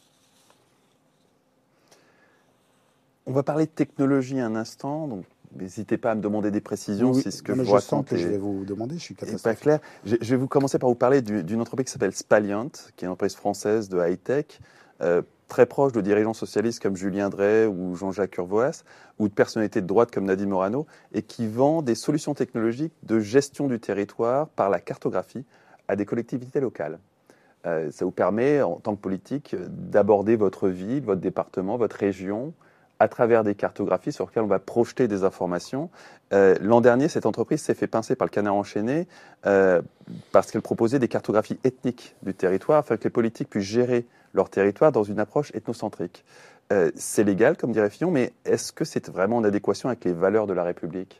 On va parler de technologie un instant, donc n'hésitez pas à me demander des précisions oui, si ce que je raconte sens que je vais vous demander, je suis n'est pas clair. Je vais vous commencer par vous parler d'une entreprise qui s'appelle Spaliant, qui est une entreprise française de high-tech, très proche de dirigeants socialistes comme Julien Drey ou Jean-Jacques Urvoas, ou de personnalités de droite comme Nadine Morano, et qui vend des solutions technologiques de gestion du territoire par la cartographie à des collectivités locales. Ça vous permet, en tant que politique, d'aborder votre ville, votre département, votre région, à travers des cartographies sur lesquelles on va projeter des informations. L'an dernier, cette entreprise s'est fait pincer par le Canard enchaîné parce qu'elle proposait des cartographies ethniques du territoire afin que les politiques puissent gérer leur territoire dans une approche ethnocentrique. C'est légal, comme dirait Fillon, mais est-ce que c'est vraiment en adéquation avec les valeurs de la République?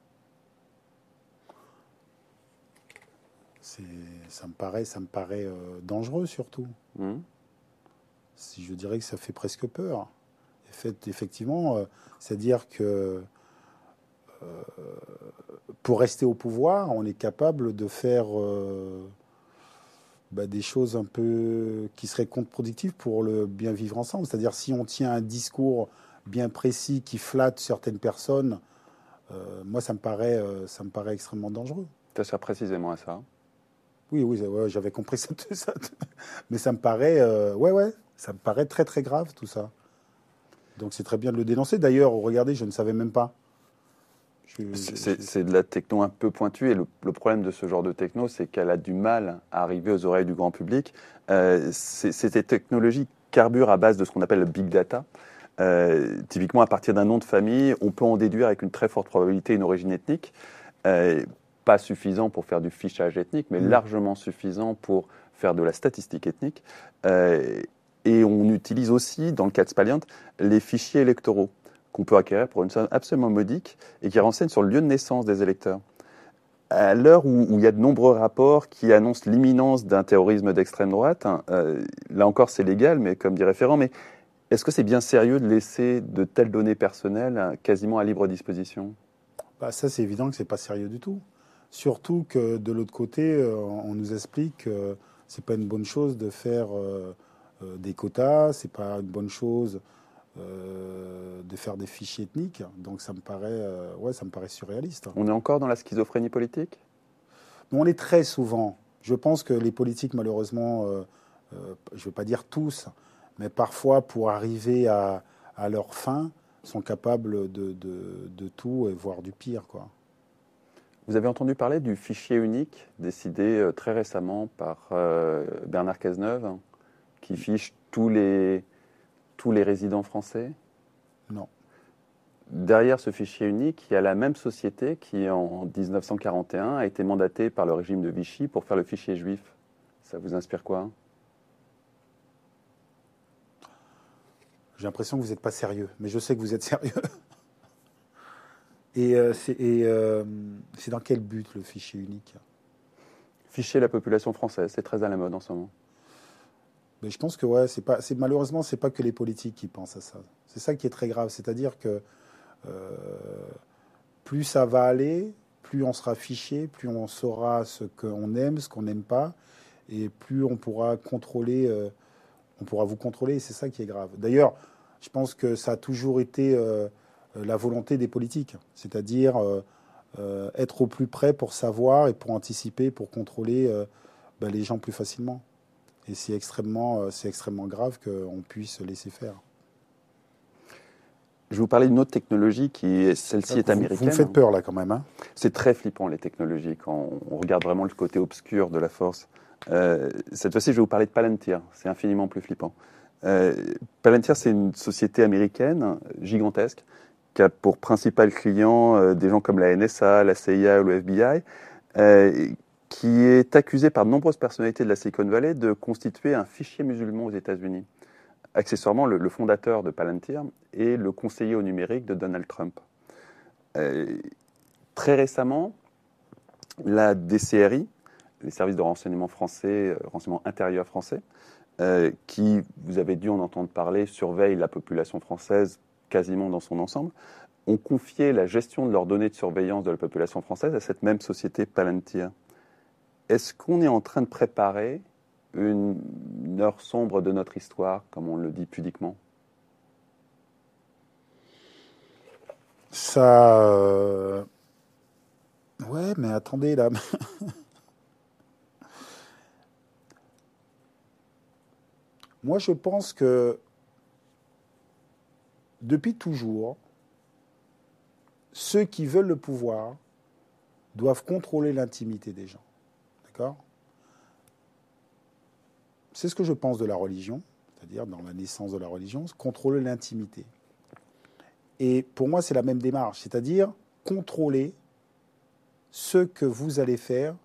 Ça me paraît dangereux, surtout. Je dirais que ça fait presque peur. Effectivement, c'est-à-dire que pour rester au pouvoir, on est capable de faire des choses un peu qui seraient contre-productives pour le bien vivre ensemble. C'est-à-dire si on tient un discours bien précis qui flatte certaines personnes, moi ça me paraît extrêmement dangereux. Ça sert précisément à ça. Oui, j'avais compris ça. Mais ça me paraît, ça me paraît très très grave tout ça. Donc c'est très bien de le dénoncer. D'ailleurs, regardez, je ne savais même pas. C'est de la techno un peu pointue et le problème de ce genre de techno, c'est qu'elle a du mal à arriver aux oreilles du grand public. Ces technologies carburent à base de ce qu'on appelle le big data. Typiquement, à partir d'un nom de famille, on peut en déduire avec une très forte probabilité une origine ethnique. Pas suffisant pour faire du fichage ethnique, mais largement suffisant pour faire de la statistique ethnique. Et on utilise aussi, dans le cas de Spaliant, les fichiers électoraux qu'on peut acquérir pour une somme absolument modique et qui renseignent sur le lieu de naissance des électeurs. À l'heure où il y a de nombreux rapports qui annoncent l'imminence d'un terrorisme d'extrême droite, là encore c'est légal, mais comme dit référent, mais est-ce que c'est bien sérieux de laisser de telles données personnelles quasiment à libre disposition? Ça, c'est évident que c'est pas sérieux du tout. Surtout que de l'autre côté, on nous explique que c'est pas une bonne chose de faire des quotas, c'est pas une bonne chose de faire des fichiers ethniques. Donc ça me paraît, ça me paraît surréaliste. On est encore dans la schizophrénie politique? Mais on est très souvent. Je pense que les politiques, malheureusement, je ne veux pas dire tous, mais parfois, pour arriver à leur fin, sont capables de tout et voire du pire, quoi. Vous avez entendu parler du fichier unique décidé très récemment par Bernard Cazeneuve, qui fiche tous les résidents français? Non. Derrière ce fichier unique, il y a la même société qui, en 1941, a été mandatée par le régime de Vichy pour faire le fichier juif. Ça vous inspire quoi? J'ai l'impression que vous n'êtes pas sérieux, mais je sais que vous êtes sérieux. C'est dans quel but le fichier unique? Ficher la population française, c'est très à la mode en ce moment. Mais je pense que malheureusement, c'est pas que les politiques qui pensent à ça. C'est ça qui est très grave. C'est-à-dire que plus ça va aller, plus on sera fiché, plus on saura ce qu'on aime, ce qu'on n'aime pas, et plus on pourra contrôler, on pourra vous contrôler. Et c'est ça qui est grave. D'ailleurs, je pense que ça a toujours été la volonté des politiques, c'est-à-dire être au plus près pour savoir et pour anticiper, pour contrôler les gens plus facilement. Et c'est extrêmement grave qu'on puisse laisser faire. Je vais vous parler d'une autre technologie celle-ci est américaine. Vous me faites peur là quand même. Hein. C'est très flippant les technologies quand on regarde vraiment le côté obscur de la force. Cette fois-ci, je vais vous parler de Palantir. C'est infiniment plus flippant. Palantir, c'est une société américaine gigantesque qui a pour principal client des gens comme la NSA, la CIA ou le FBI, qui est accusé par de nombreuses personnalités de la Silicon Valley de constituer un fichier musulman aux États-Unis. Accessoirement, le fondateur de Palantir est le conseiller au numérique de Donald Trump. Très récemment, la DCRI, les services de renseignement français, renseignement intérieur français, qui, vous avez dû en entendre parler, surveillent la population française quasiment dans son ensemble, ont confié la gestion de leurs données de surveillance de la population française à cette même société Palantir. Est-ce qu'on est en train de préparer une heure sombre de notre histoire, comme on le dit pudiquement? Ça... Ouais, mais attendez, là. Moi, je pense que depuis toujours, ceux qui veulent le pouvoir doivent contrôler l'intimité des gens. D'accord ? C'est ce que je pense de la religion, c'est-à-dire dans la naissance de la religion, contrôler l'intimité. Et pour moi, c'est la même démarche, c'est-à-dire contrôler ce que vous allez faire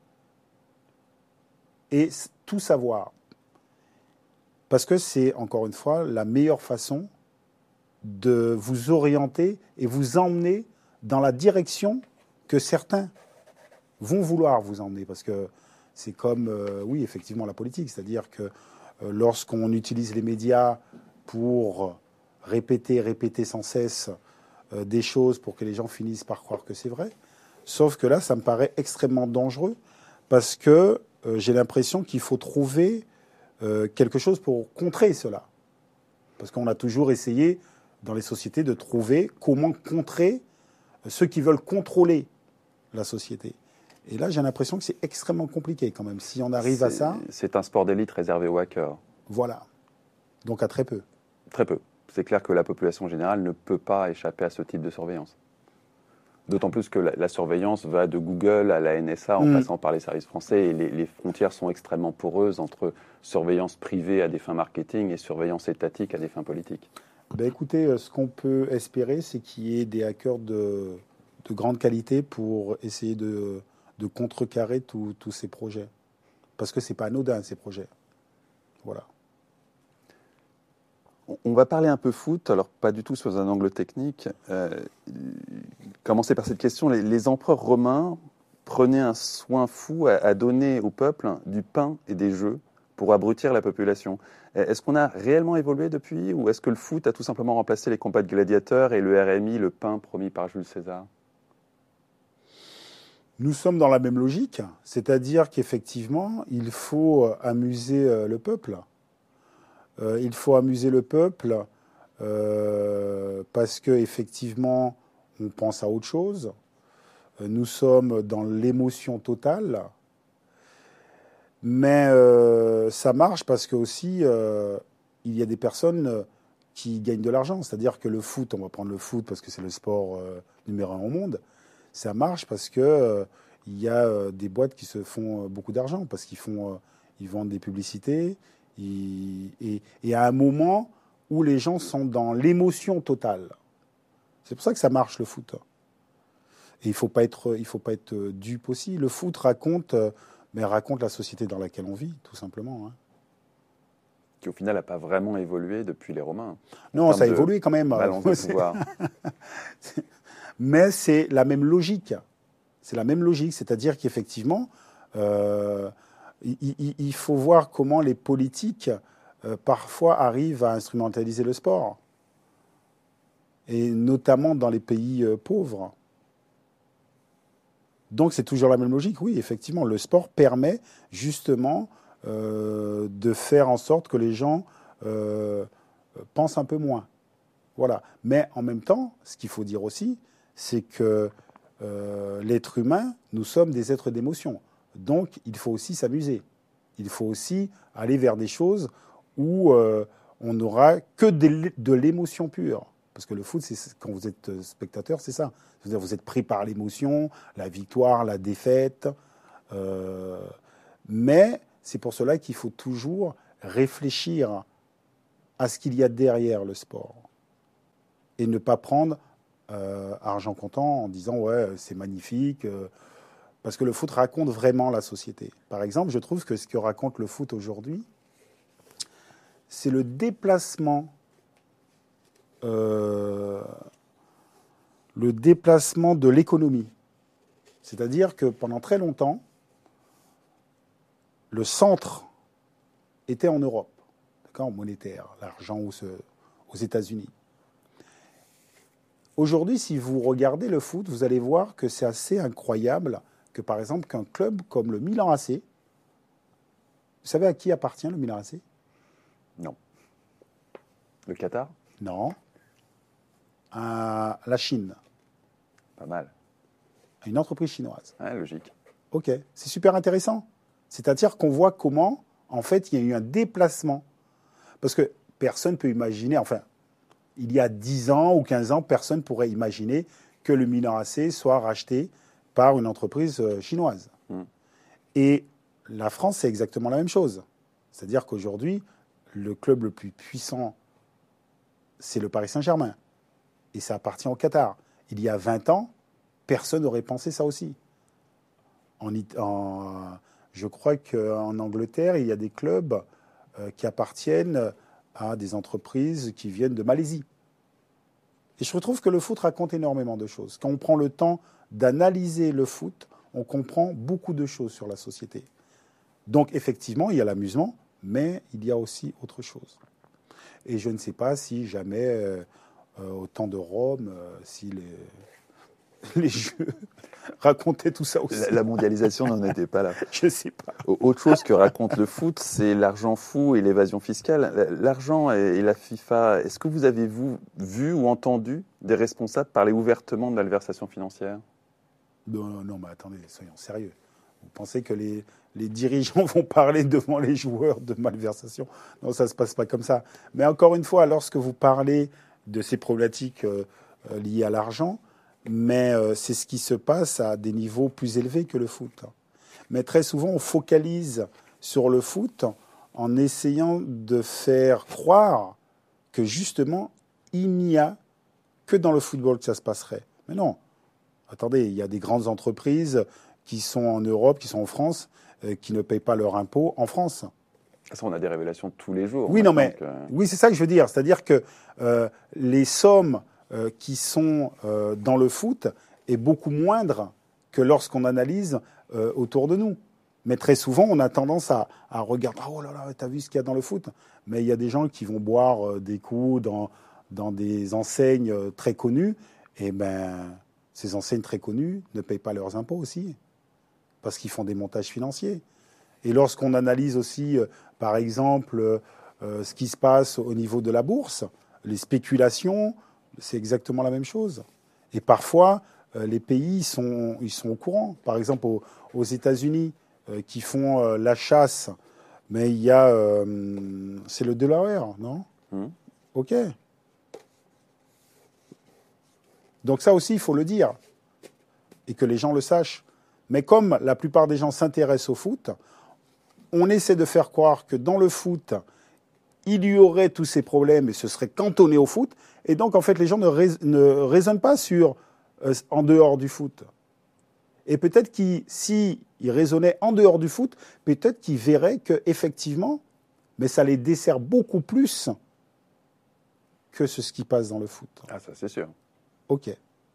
et tout savoir. Parce que c'est, encore une fois, la meilleure façon de vous orienter et vous emmener dans la direction que certains vont vouloir vous emmener. Parce que c'est comme, oui, effectivement, la politique. C'est-à-dire que lorsqu'on utilise les médias pour répéter sans cesse des choses pour que les gens finissent par croire que c'est vrai. Sauf que là, ça me paraît extrêmement dangereux parce que j'ai l'impression qu'il faut trouver quelque chose pour contrer cela. Parce qu'on a toujours essayé, dans les sociétés, de trouver comment contrer ceux qui veulent contrôler la société. Et là, j'ai l'impression que c'est extrêmement compliqué quand même. Si on arrive à ça... C'est un sport d'élite réservé aux hackers. Voilà. Donc à très peu. Très peu. C'est clair que la population générale ne peut pas échapper à ce type de surveillance. D'autant plus que la surveillance va de Google à la NSA en passant par les services français et les frontières sont extrêmement poreuses entre surveillance privée à des fins marketing et surveillance étatique à des fins politiques. Ben écoutez, ce qu'on peut espérer, c'est qu'il y ait des hackers de grande qualité pour essayer de contrecarrer tous ces projets. Parce que ce n'est pas anodin, ces projets. Voilà. On va parler un peu foot, alors pas du tout sous un angle technique. Commencer par cette question. Les empereurs romains prenait un soin fou à donner au peuple du pain et des jeux pour abrutir la population. Est-ce qu'on a réellement évolué depuis, ou est-ce que le foot a tout simplement remplacé les combats de gladiateurs et le RMI, le pain promis par Jules César? Nous sommes dans la même logique, c'est-à-dire qu'effectivement, il faut amuser le peuple. Il faut amuser le peuple parce qu'effectivement, on pense à autre chose. Nous sommes dans l'émotion totale. Mais ça marche parce que aussi, il y a des personnes qui gagnent de l'argent. C'est-à-dire que le foot, on va prendre le foot parce que c'est le sport numéro 1 au monde. Ça marche parce que il y a des boîtes qui se font beaucoup d'argent parce ils vendent des publicités. Et à un moment où les gens sont dans l'émotion totale. C'est pour ça que ça marche le foot. Et il faut pas être dupe aussi. Le foot raconte la société dans laquelle on vit, tout simplement. Hein. Qui au final n'a pas vraiment évolué depuis les Romains. Non, ça a évolué quand même. Balance de pouvoir. Mais c'est la même logique. C'est la même logique, c'est-à-dire qu'effectivement, il faut voir comment les politiques parfois arrivent à instrumentaliser le sport, et notamment dans les pays pauvres. Donc c'est toujours la même logique, oui, effectivement. Le sport permet justement de faire en sorte que les gens pensent un peu moins. Voilà. Mais en même temps, ce qu'il faut dire aussi, c'est que l'être humain, nous sommes des êtres d'émotion. Donc il faut aussi s'amuser. Il faut aussi aller vers des choses où on n'aura que de l'émotion pure. Parce que le foot, quand vous êtes spectateur, c'est ça. C'est-à-dire vous êtes pris par l'émotion, la victoire, la défaite. Mais c'est pour cela qu'il faut toujours réfléchir à ce qu'il y a derrière le sport. Et ne pas prendre argent comptant en disant « ouais, c'est magnifique ». Parce que le foot raconte vraiment la société. Par exemple, je trouve que ce que raconte le foot aujourd'hui, c'est le déplacement de l'économie. C'est-à-dire que pendant très longtemps, le centre était en Europe, d'accord, monétaire, l'argent aux États-Unis. Aujourd'hui, si vous regardez le foot, vous allez voir que c'est assez incroyable que, par exemple, qu'un club comme le Milan AC, vous savez à qui appartient le Milan AC? Non. Le Qatar? Non. À la Chine. Pas mal. À une entreprise chinoise. Ouais, logique. Ok, c'est super intéressant. C'est-à-dire qu'on voit comment, en fait, il y a eu un déplacement. Parce que personne ne peut imaginer, enfin, il y a 10 ans ou 15 ans, personne ne pourrait imaginer que le Milan AC soit racheté par une entreprise chinoise. Et la France, c'est exactement la même chose. C'est-à-dire qu'aujourd'hui, le club le plus puissant, c'est le Paris Saint-Germain. Et ça appartient au Qatar. Il y a 20 ans, personne n'aurait pensé ça aussi. Je crois qu'en Angleterre, il y a des clubs qui appartiennent à des entreprises qui viennent de Malaisie. Et je trouve que le foot raconte énormément de choses. Quand on prend le temps d'analyser le foot, on comprend beaucoup de choses sur la société. Donc effectivement, il y a l'amusement, mais il y a aussi autre chose. Et je ne sais pas si jamais, au temps de Rome, si les jeux racontaient tout ça aussi. La mondialisation n'en était pas là. Je ne sais pas. Autre chose que raconte le foot, c'est l'argent fou et l'évasion fiscale. L'argent et la FIFA, est-ce que vous avez vu ou entendu des responsables parler ouvertement de malversation financière? Non, mais attendez, soyons sérieux. Vous pensez que les dirigeants vont parler devant les joueurs de malversation? Non, ça ne se passe pas comme ça. Mais encore une fois, lorsque vous parlez de ces problématiques liées à l'argent, mais c'est ce qui se passe à des niveaux plus élevés que le foot. Mais très souvent, on focalise sur le foot en essayant de faire croire que justement, il n'y a que dans le football que ça se passerait. Mais non. Attendez, il y a des grandes entreprises qui sont en Europe, qui sont en France, qui ne payent pas leurs impôts en France. Ça, on a des révélations tous les jours. Oui, non, mais oui, c'est ça que je veux dire. C'est-à-dire que les sommes qui sont dans le foot est beaucoup moindre que lorsqu'on analyse autour de nous. Mais très souvent, on a tendance à regarder « Oh là là, t'as vu ce qu'il y a dans le foot ?» Mais il y a des gens qui vont boire des coups dans des enseignes très connues. Et ces enseignes très connues ne payent pas leurs impôts aussi, parce qu'ils font des montages financiers. Et lorsqu'on analyse aussi, par exemple, ce qui se passe au niveau de la bourse, les spéculations, c'est exactement la même chose. Et parfois, les pays ils sont au courant. Par exemple, aux États-Unis, qui font la chasse, mais il y a... c'est le Delaware, non ? OK. Donc ça aussi, il faut le dire, et que les gens le sachent. Mais comme la plupart des gens s'intéressent au foot, on essaie de faire croire que dans le foot, il y aurait tous ces problèmes et ce serait cantonné au foot. Et donc, en fait, les gens ne raisonnent pas en dehors du foot. Et peut-être s'ils raisonnaient en dehors du foot, peut-être qu'ils verraient qu'effectivement, mais ça les dessert beaucoup plus que ce qui passe dans le foot. Ah, ça, c'est sûr. OK.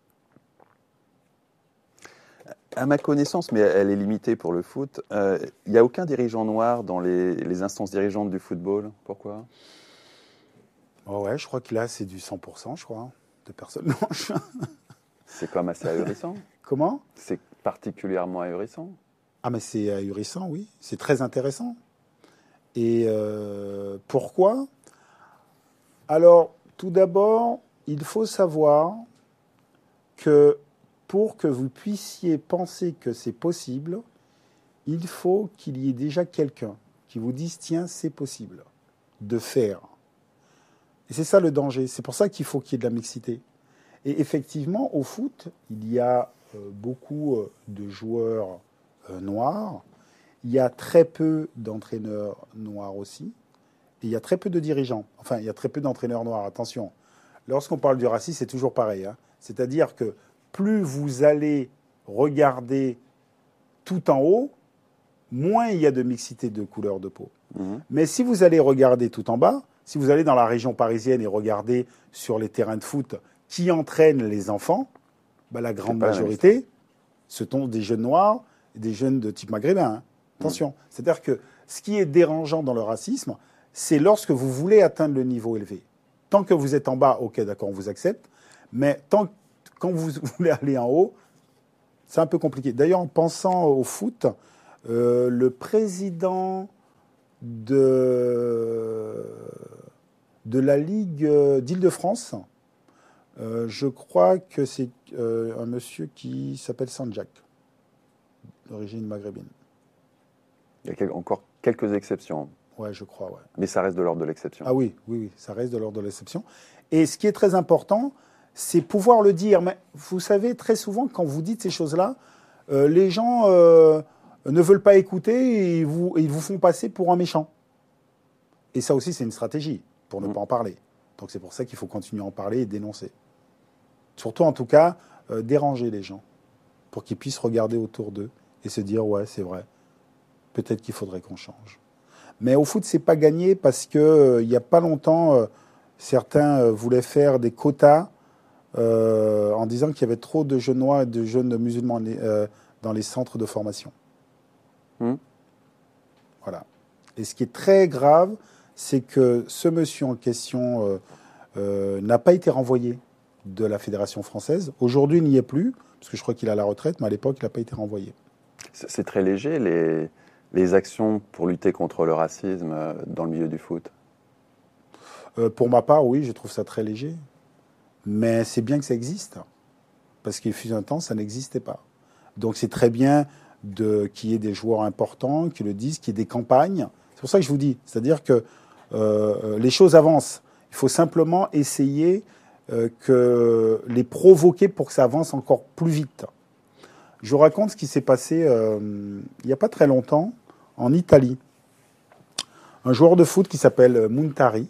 À ma connaissance, mais elle est limitée pour le foot, il n'y a aucun dirigeant noir dans les instances dirigeantes du football. Pourquoi ? Oh ouais, je crois que là, c'est du 100%, je crois, de personnes blanches. C'est quand même assez ahurissant. Comment ? C'est particulièrement ahurissant. Ah, mais c'est ahurissant, oui. C'est très intéressant. Et pourquoi ? Alors, tout d'abord, il faut savoir que pour que vous puissiez penser que c'est possible, il faut qu'il y ait déjà quelqu'un qui vous dise « Tiens, c'est possible de faire ». Et c'est ça le danger. C'est pour ça qu'il faut qu'il y ait de la mixité. Et effectivement, au foot, il y a beaucoup de joueurs noirs. Il y a très peu d'entraîneurs noirs aussi. Et il y a très peu de dirigeants. Enfin, il y a très peu d'entraîneurs noirs. Attention, lorsqu'on parle du racisme, c'est toujours pareil. C'est-à-dire que plus vous allez regarder tout en haut, moins il y a de mixité de couleur de peau. Mais si vous allez regarder tout en bas, si vous allez dans la région parisienne et regarder sur les terrains de foot qui entraînent les enfants, la grande majorité, ce sont des jeunes noirs et des jeunes de type maghrébin. Attention. C'est-à-dire que ce qui est dérangeant dans le racisme, c'est lorsque vous voulez atteindre le niveau élevé. Tant que vous êtes en bas, OK, d'accord, on vous accepte. Mais quand vous voulez aller en haut, c'est un peu compliqué. D'ailleurs, en pensant au foot, le président de la Ligue d'Île-de-France, je crois que c'est un monsieur qui s'appelle Sanjak, d'origine maghrébine. Il y a encore quelques exceptions. Ouais, je crois, ouais. Mais ça reste de l'ordre de l'exception. Ah oui, ça reste de l'ordre de l'exception. Et ce qui est très important, c'est pouvoir le dire. Mais vous savez, très souvent, quand vous dites ces choses-là, les gens ne veulent pas écouter et ils vous font passer pour un méchant. Et ça aussi, c'est une stratégie pour ne pas en parler. Donc c'est pour ça qu'il faut continuer à en parler et dénoncer. Surtout, en tout cas, déranger les gens pour qu'ils puissent regarder autour d'eux et se dire « Ouais, c'est vrai, peut-être qu'il faudrait qu'on change ». Mais au foot, c'est pas gagné parce que il y a pas longtemps, certains voulaient faire des quotas en disant qu'il y avait trop de jeunes noirs et de jeunes musulmans dans les centres de formation. Voilà. Et ce qui est très grave, c'est que ce monsieur en question n'a pas été renvoyé de la Fédération française. Aujourd'hui, il n'y est plus, parce que je crois qu'il est à la retraite, mais à l'époque, il n'a pas été renvoyé. C'est très léger, les actions pour lutter contre le racisme dans le milieu du foot. Pour ma part, oui, je trouve ça très léger. Mais c'est bien que ça existe. Parce qu'il fut un temps, ça n'existait pas. Donc c'est très bien qu'il y ait des joueurs importants qui le disent, qu'il y ait des campagnes. C'est pour ça que je vous dis. C'est-à-dire que les choses avancent. Il faut simplement essayer que les provoquer pour que ça avance encore plus vite. Je vous raconte ce qui s'est passé il n'y a pas très longtemps en Italie. Un joueur de foot qui s'appelle Muntari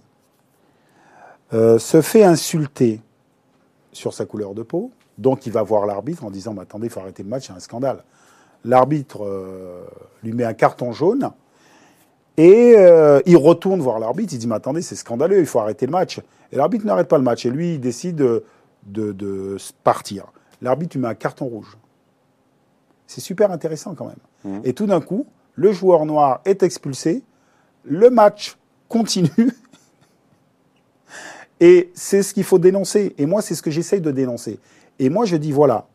se fait insulter sur sa couleur de peau. Donc il va voir l'arbitre en disant « Attendez, il faut arrêter le match, c'est un scandale ». L'arbitre lui met un carton jaune et il retourne voir l'arbitre. Il dit « Mais attendez, c'est scandaleux, il faut arrêter le match ». Et l'arbitre n'arrête pas le match et lui, il décide de partir. L'arbitre lui met un carton rouge. C'est super intéressant quand même. Et tout d'un coup, le joueur noir est expulsé, le match continue, et c'est ce qu'il faut dénoncer. Et moi, c'est ce que j'essaye de dénoncer. Et moi, je dis, voilà,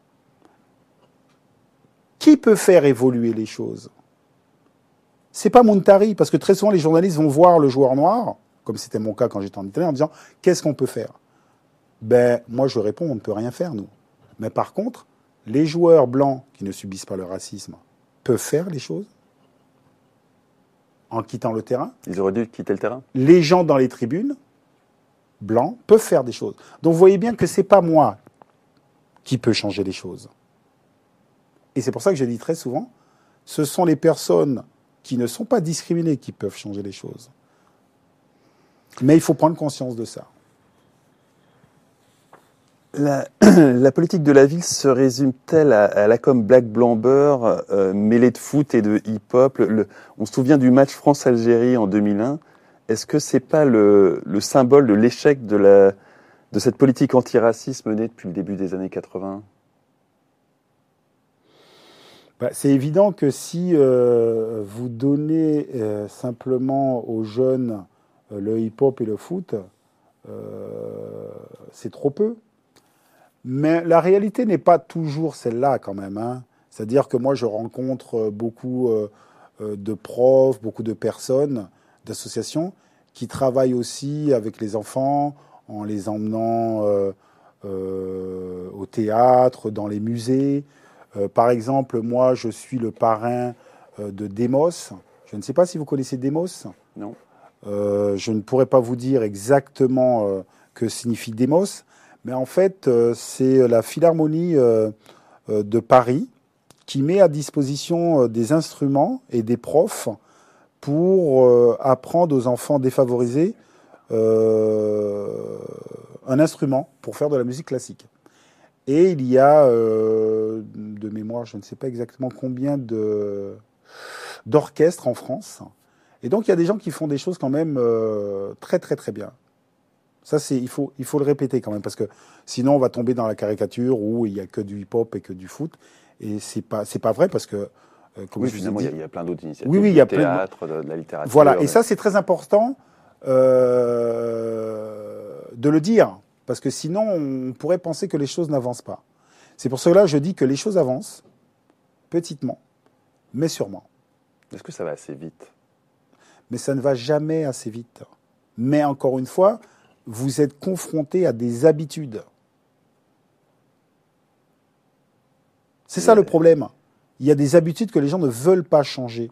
qui peut faire évoluer les choses? C'est pas Muntari, parce que très souvent, les journalistes vont voir le joueur noir, comme c'était mon cas quand j'étais en Italie, en disant, qu'est-ce qu'on peut faire? Ben, moi, je réponds, on ne peut rien faire, nous. Mais par contre, les joueurs blancs qui ne subissent pas le racisme peuvent faire les choses en quittant le terrain. Ils auraient dû quitter le terrain. Les gens dans les tribunes, blancs, peuvent faire des choses. Donc vous voyez bien que ce n'est pas moi qui peux changer les choses. Et c'est pour ça que je dis très souvent, ce sont les personnes qui ne sont pas discriminées qui peuvent changer les choses. Mais il faut prendre conscience de ça. La politique de la ville se résume-t-elle à la com black blamber mêlée de foot et de hip-hop? On se souvient du match France-Algérie en 2001. Est-ce que c'est pas le symbole de l'échec de cette politique antiraciste menée depuis le début des années 80? C'est évident que si vous donnez simplement aux jeunes le hip-hop et le foot, c'est trop peu. Mais la réalité n'est pas toujours celle-là quand même. Hein. C'est-à-dire que moi, je rencontre beaucoup de profs, beaucoup de personnes, d'associations qui travaillent aussi avec les enfants en les emmenant au théâtre, dans les musées. Par exemple, moi, je suis le parrain de Demos. Je ne sais pas si vous connaissez Demos. Non. Je ne pourrais pas vous dire exactement que signifie Demos. Mais en fait, c'est la Philharmonie de Paris qui met à disposition des instruments et des profs pour apprendre aux enfants défavorisés un instrument pour faire de la musique classique. Et il y a, de mémoire, je ne sais pas exactement combien d'orchestres en France. Et donc, il y a des gens qui font des choses quand même très, très, très bien. Ça, il faut le répéter quand même, parce que sinon, on va tomber dans la caricature où il n'y a que du hip-hop et que du foot. Et c'est pas vrai, parce que... oui, finalement, il y a plein d'autres initiatives. Oui, il y a du théâtre, de la littérature. Voilà, et ça, c'est très important de le dire, parce que sinon, on pourrait penser que les choses n'avancent pas. C'est pour cela que je dis que les choses avancent, petitement, mais sûrement. Est-ce que ça va assez vite? Mais ça ne va jamais assez vite. Mais encore une fois... vous êtes confronté à des habitudes. C'est ça le problème. Il y a des habitudes que les gens ne veulent pas changer.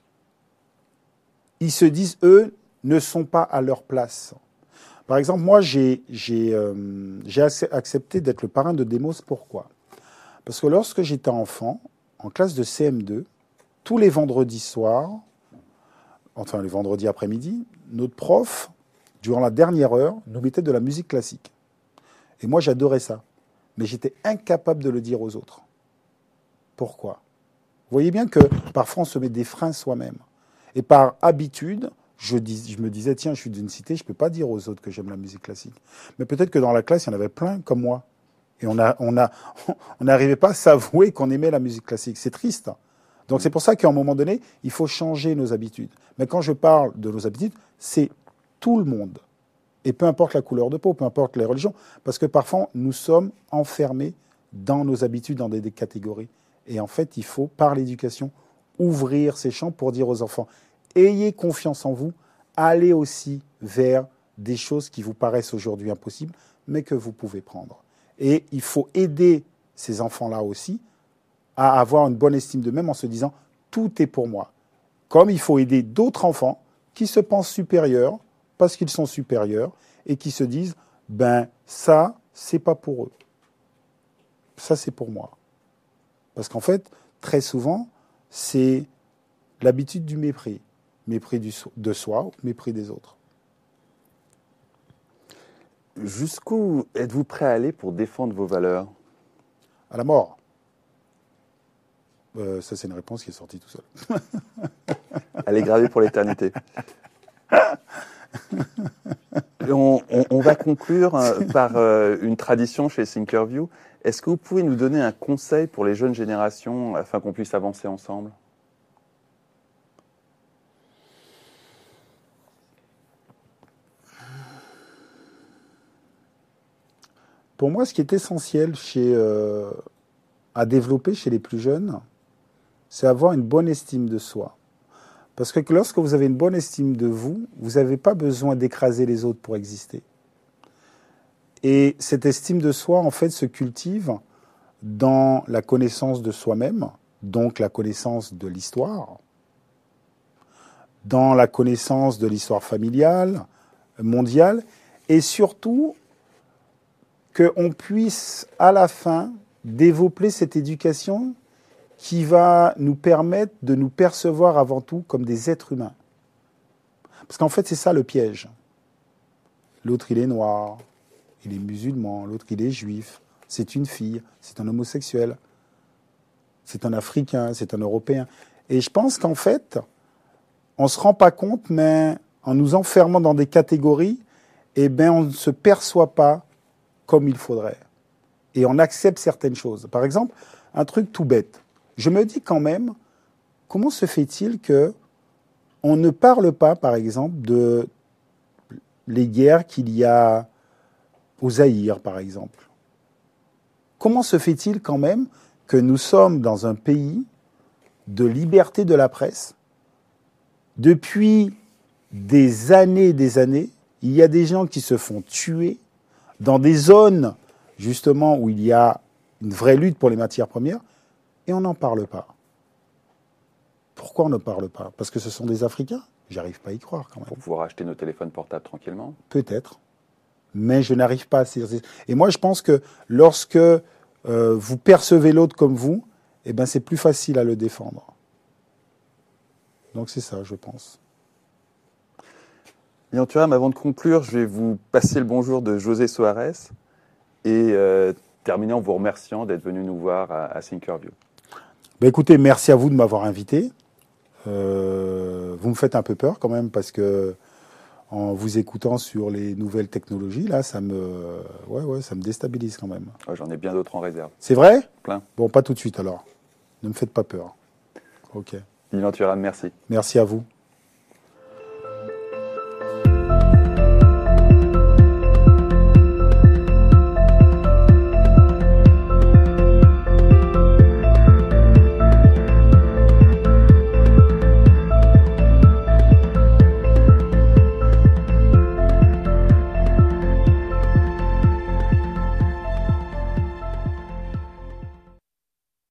Ils se disent, eux, ne sont pas à leur place. Par exemple, moi, j'ai accepté d'être le parrain de Demos. Pourquoi? Parce que lorsque j'étais enfant, en classe de CM2, tous les vendredis soirs, enfin les vendredis après-midi, notre prof... durant la dernière heure, nous mettait de la musique classique. Et moi, j'adorais ça. Mais j'étais incapable de le dire aux autres. Pourquoi? Vous voyez bien que parfois, on se met des freins soi-même. Et par habitude, je me disais, tiens, je suis d'une cité, je ne peux pas dire aux autres que j'aime la musique classique. Mais peut-être que dans la classe, il y en avait plein comme moi. Et on n'arrivait pas à s'avouer qu'on aimait la musique classique. C'est triste. Donc c'est pour ça qu'à un moment donné, il faut changer nos habitudes. Mais quand je parle de nos habitudes, c'est tout le monde. Et peu importe la couleur de peau, peu importe les religions, parce que parfois, nous sommes enfermés dans nos habitudes, dans des catégories. Et en fait, il faut, par l'éducation, ouvrir ces champs pour dire aux enfants, ayez confiance en vous, allez aussi vers des choses qui vous paraissent aujourd'hui impossibles, mais que vous pouvez prendre. Et il faut aider ces enfants-là aussi à avoir une bonne estime d'eux-mêmes en se disant, tout est pour moi. Comme il faut aider d'autres enfants qui se pensent supérieurs, parce qu'ils sont supérieurs, et qui se disent, ben ça, c'est pas pour eux. Ça, c'est pour moi. Parce qu'en fait, très souvent, c'est l'habitude du mépris. Mépris de soi, mépris des autres. Jusqu'où êtes-vous prêt à aller pour défendre vos valeurs? À la mort. Ça, c'est une réponse qui est sortie tout seul. Elle est gravée pour l'éternité. On va conclure par une tradition chez Thinkerview. Est-ce que vous pouvez nous donner un conseil pour les jeunes générations afin qu'on puisse avancer ensemble? Pour moi, ce qui est essentiel à développer chez les plus jeunes, c'est avoir une bonne estime de soi. Parce que lorsque vous avez une bonne estime de vous, vous n'avez pas besoin d'écraser les autres pour exister. Et cette estime de soi, en fait, se cultive dans la connaissance de soi-même, donc la connaissance de l'histoire, dans la connaissance de l'histoire familiale, mondiale, et surtout qu'on puisse, à la fin, développer cette éducation qui va nous permettre de nous percevoir avant tout comme des êtres humains. Parce qu'en fait, c'est ça le piège. L'autre, il est noir, il est musulman, l'autre, il est juif, c'est une fille, c'est un homosexuel, c'est un Africain, c'est un Européen. Et je pense qu'en fait, on ne se rend pas compte, mais en nous enfermant dans des catégories, eh ben, on ne se perçoit pas comme il faudrait. Et on accepte certaines choses. Par exemple, un truc tout bête. Je me dis quand même, comment se fait-il que on ne parle pas, par exemple, de les guerres qu'il y a au Zaïre, par exemple? Comment se fait-il quand même que nous sommes dans un pays de liberté de la presse? Depuis des années, il y a des gens qui se font tuer dans des zones, justement, où il y a une vraie lutte pour les matières premières, et on n'en parle pas. Pourquoi on ne parle pas? Parce que ce sont des Africains? J'arrive pas à y croire, quand même. Pour pouvoir acheter nos téléphones portables tranquillement? Peut-être. Mais je n'arrive pas à saisir. Et moi, je pense que lorsque vous percevez l'autre comme vous, eh ben, c'est plus facile à le défendre. Donc c'est ça, je pense. Lian Thuram, avant de conclure, je vais vous passer le bonjour de José Soares et terminer en vous remerciant d'être venu nous voir à Thinkerview. Ben écoutez, merci à vous de m'avoir invité. Vous me faites un peu peur quand même parce que en vous écoutant sur les nouvelles technologies, là, ça me déstabilise quand même. Ouais, j'en ai bien d'autres en réserve. C'est vrai? Plein. Bon, pas tout de suite alors. Ne me faites pas peur. Ok. Lian Thuram, merci. Merci à vous.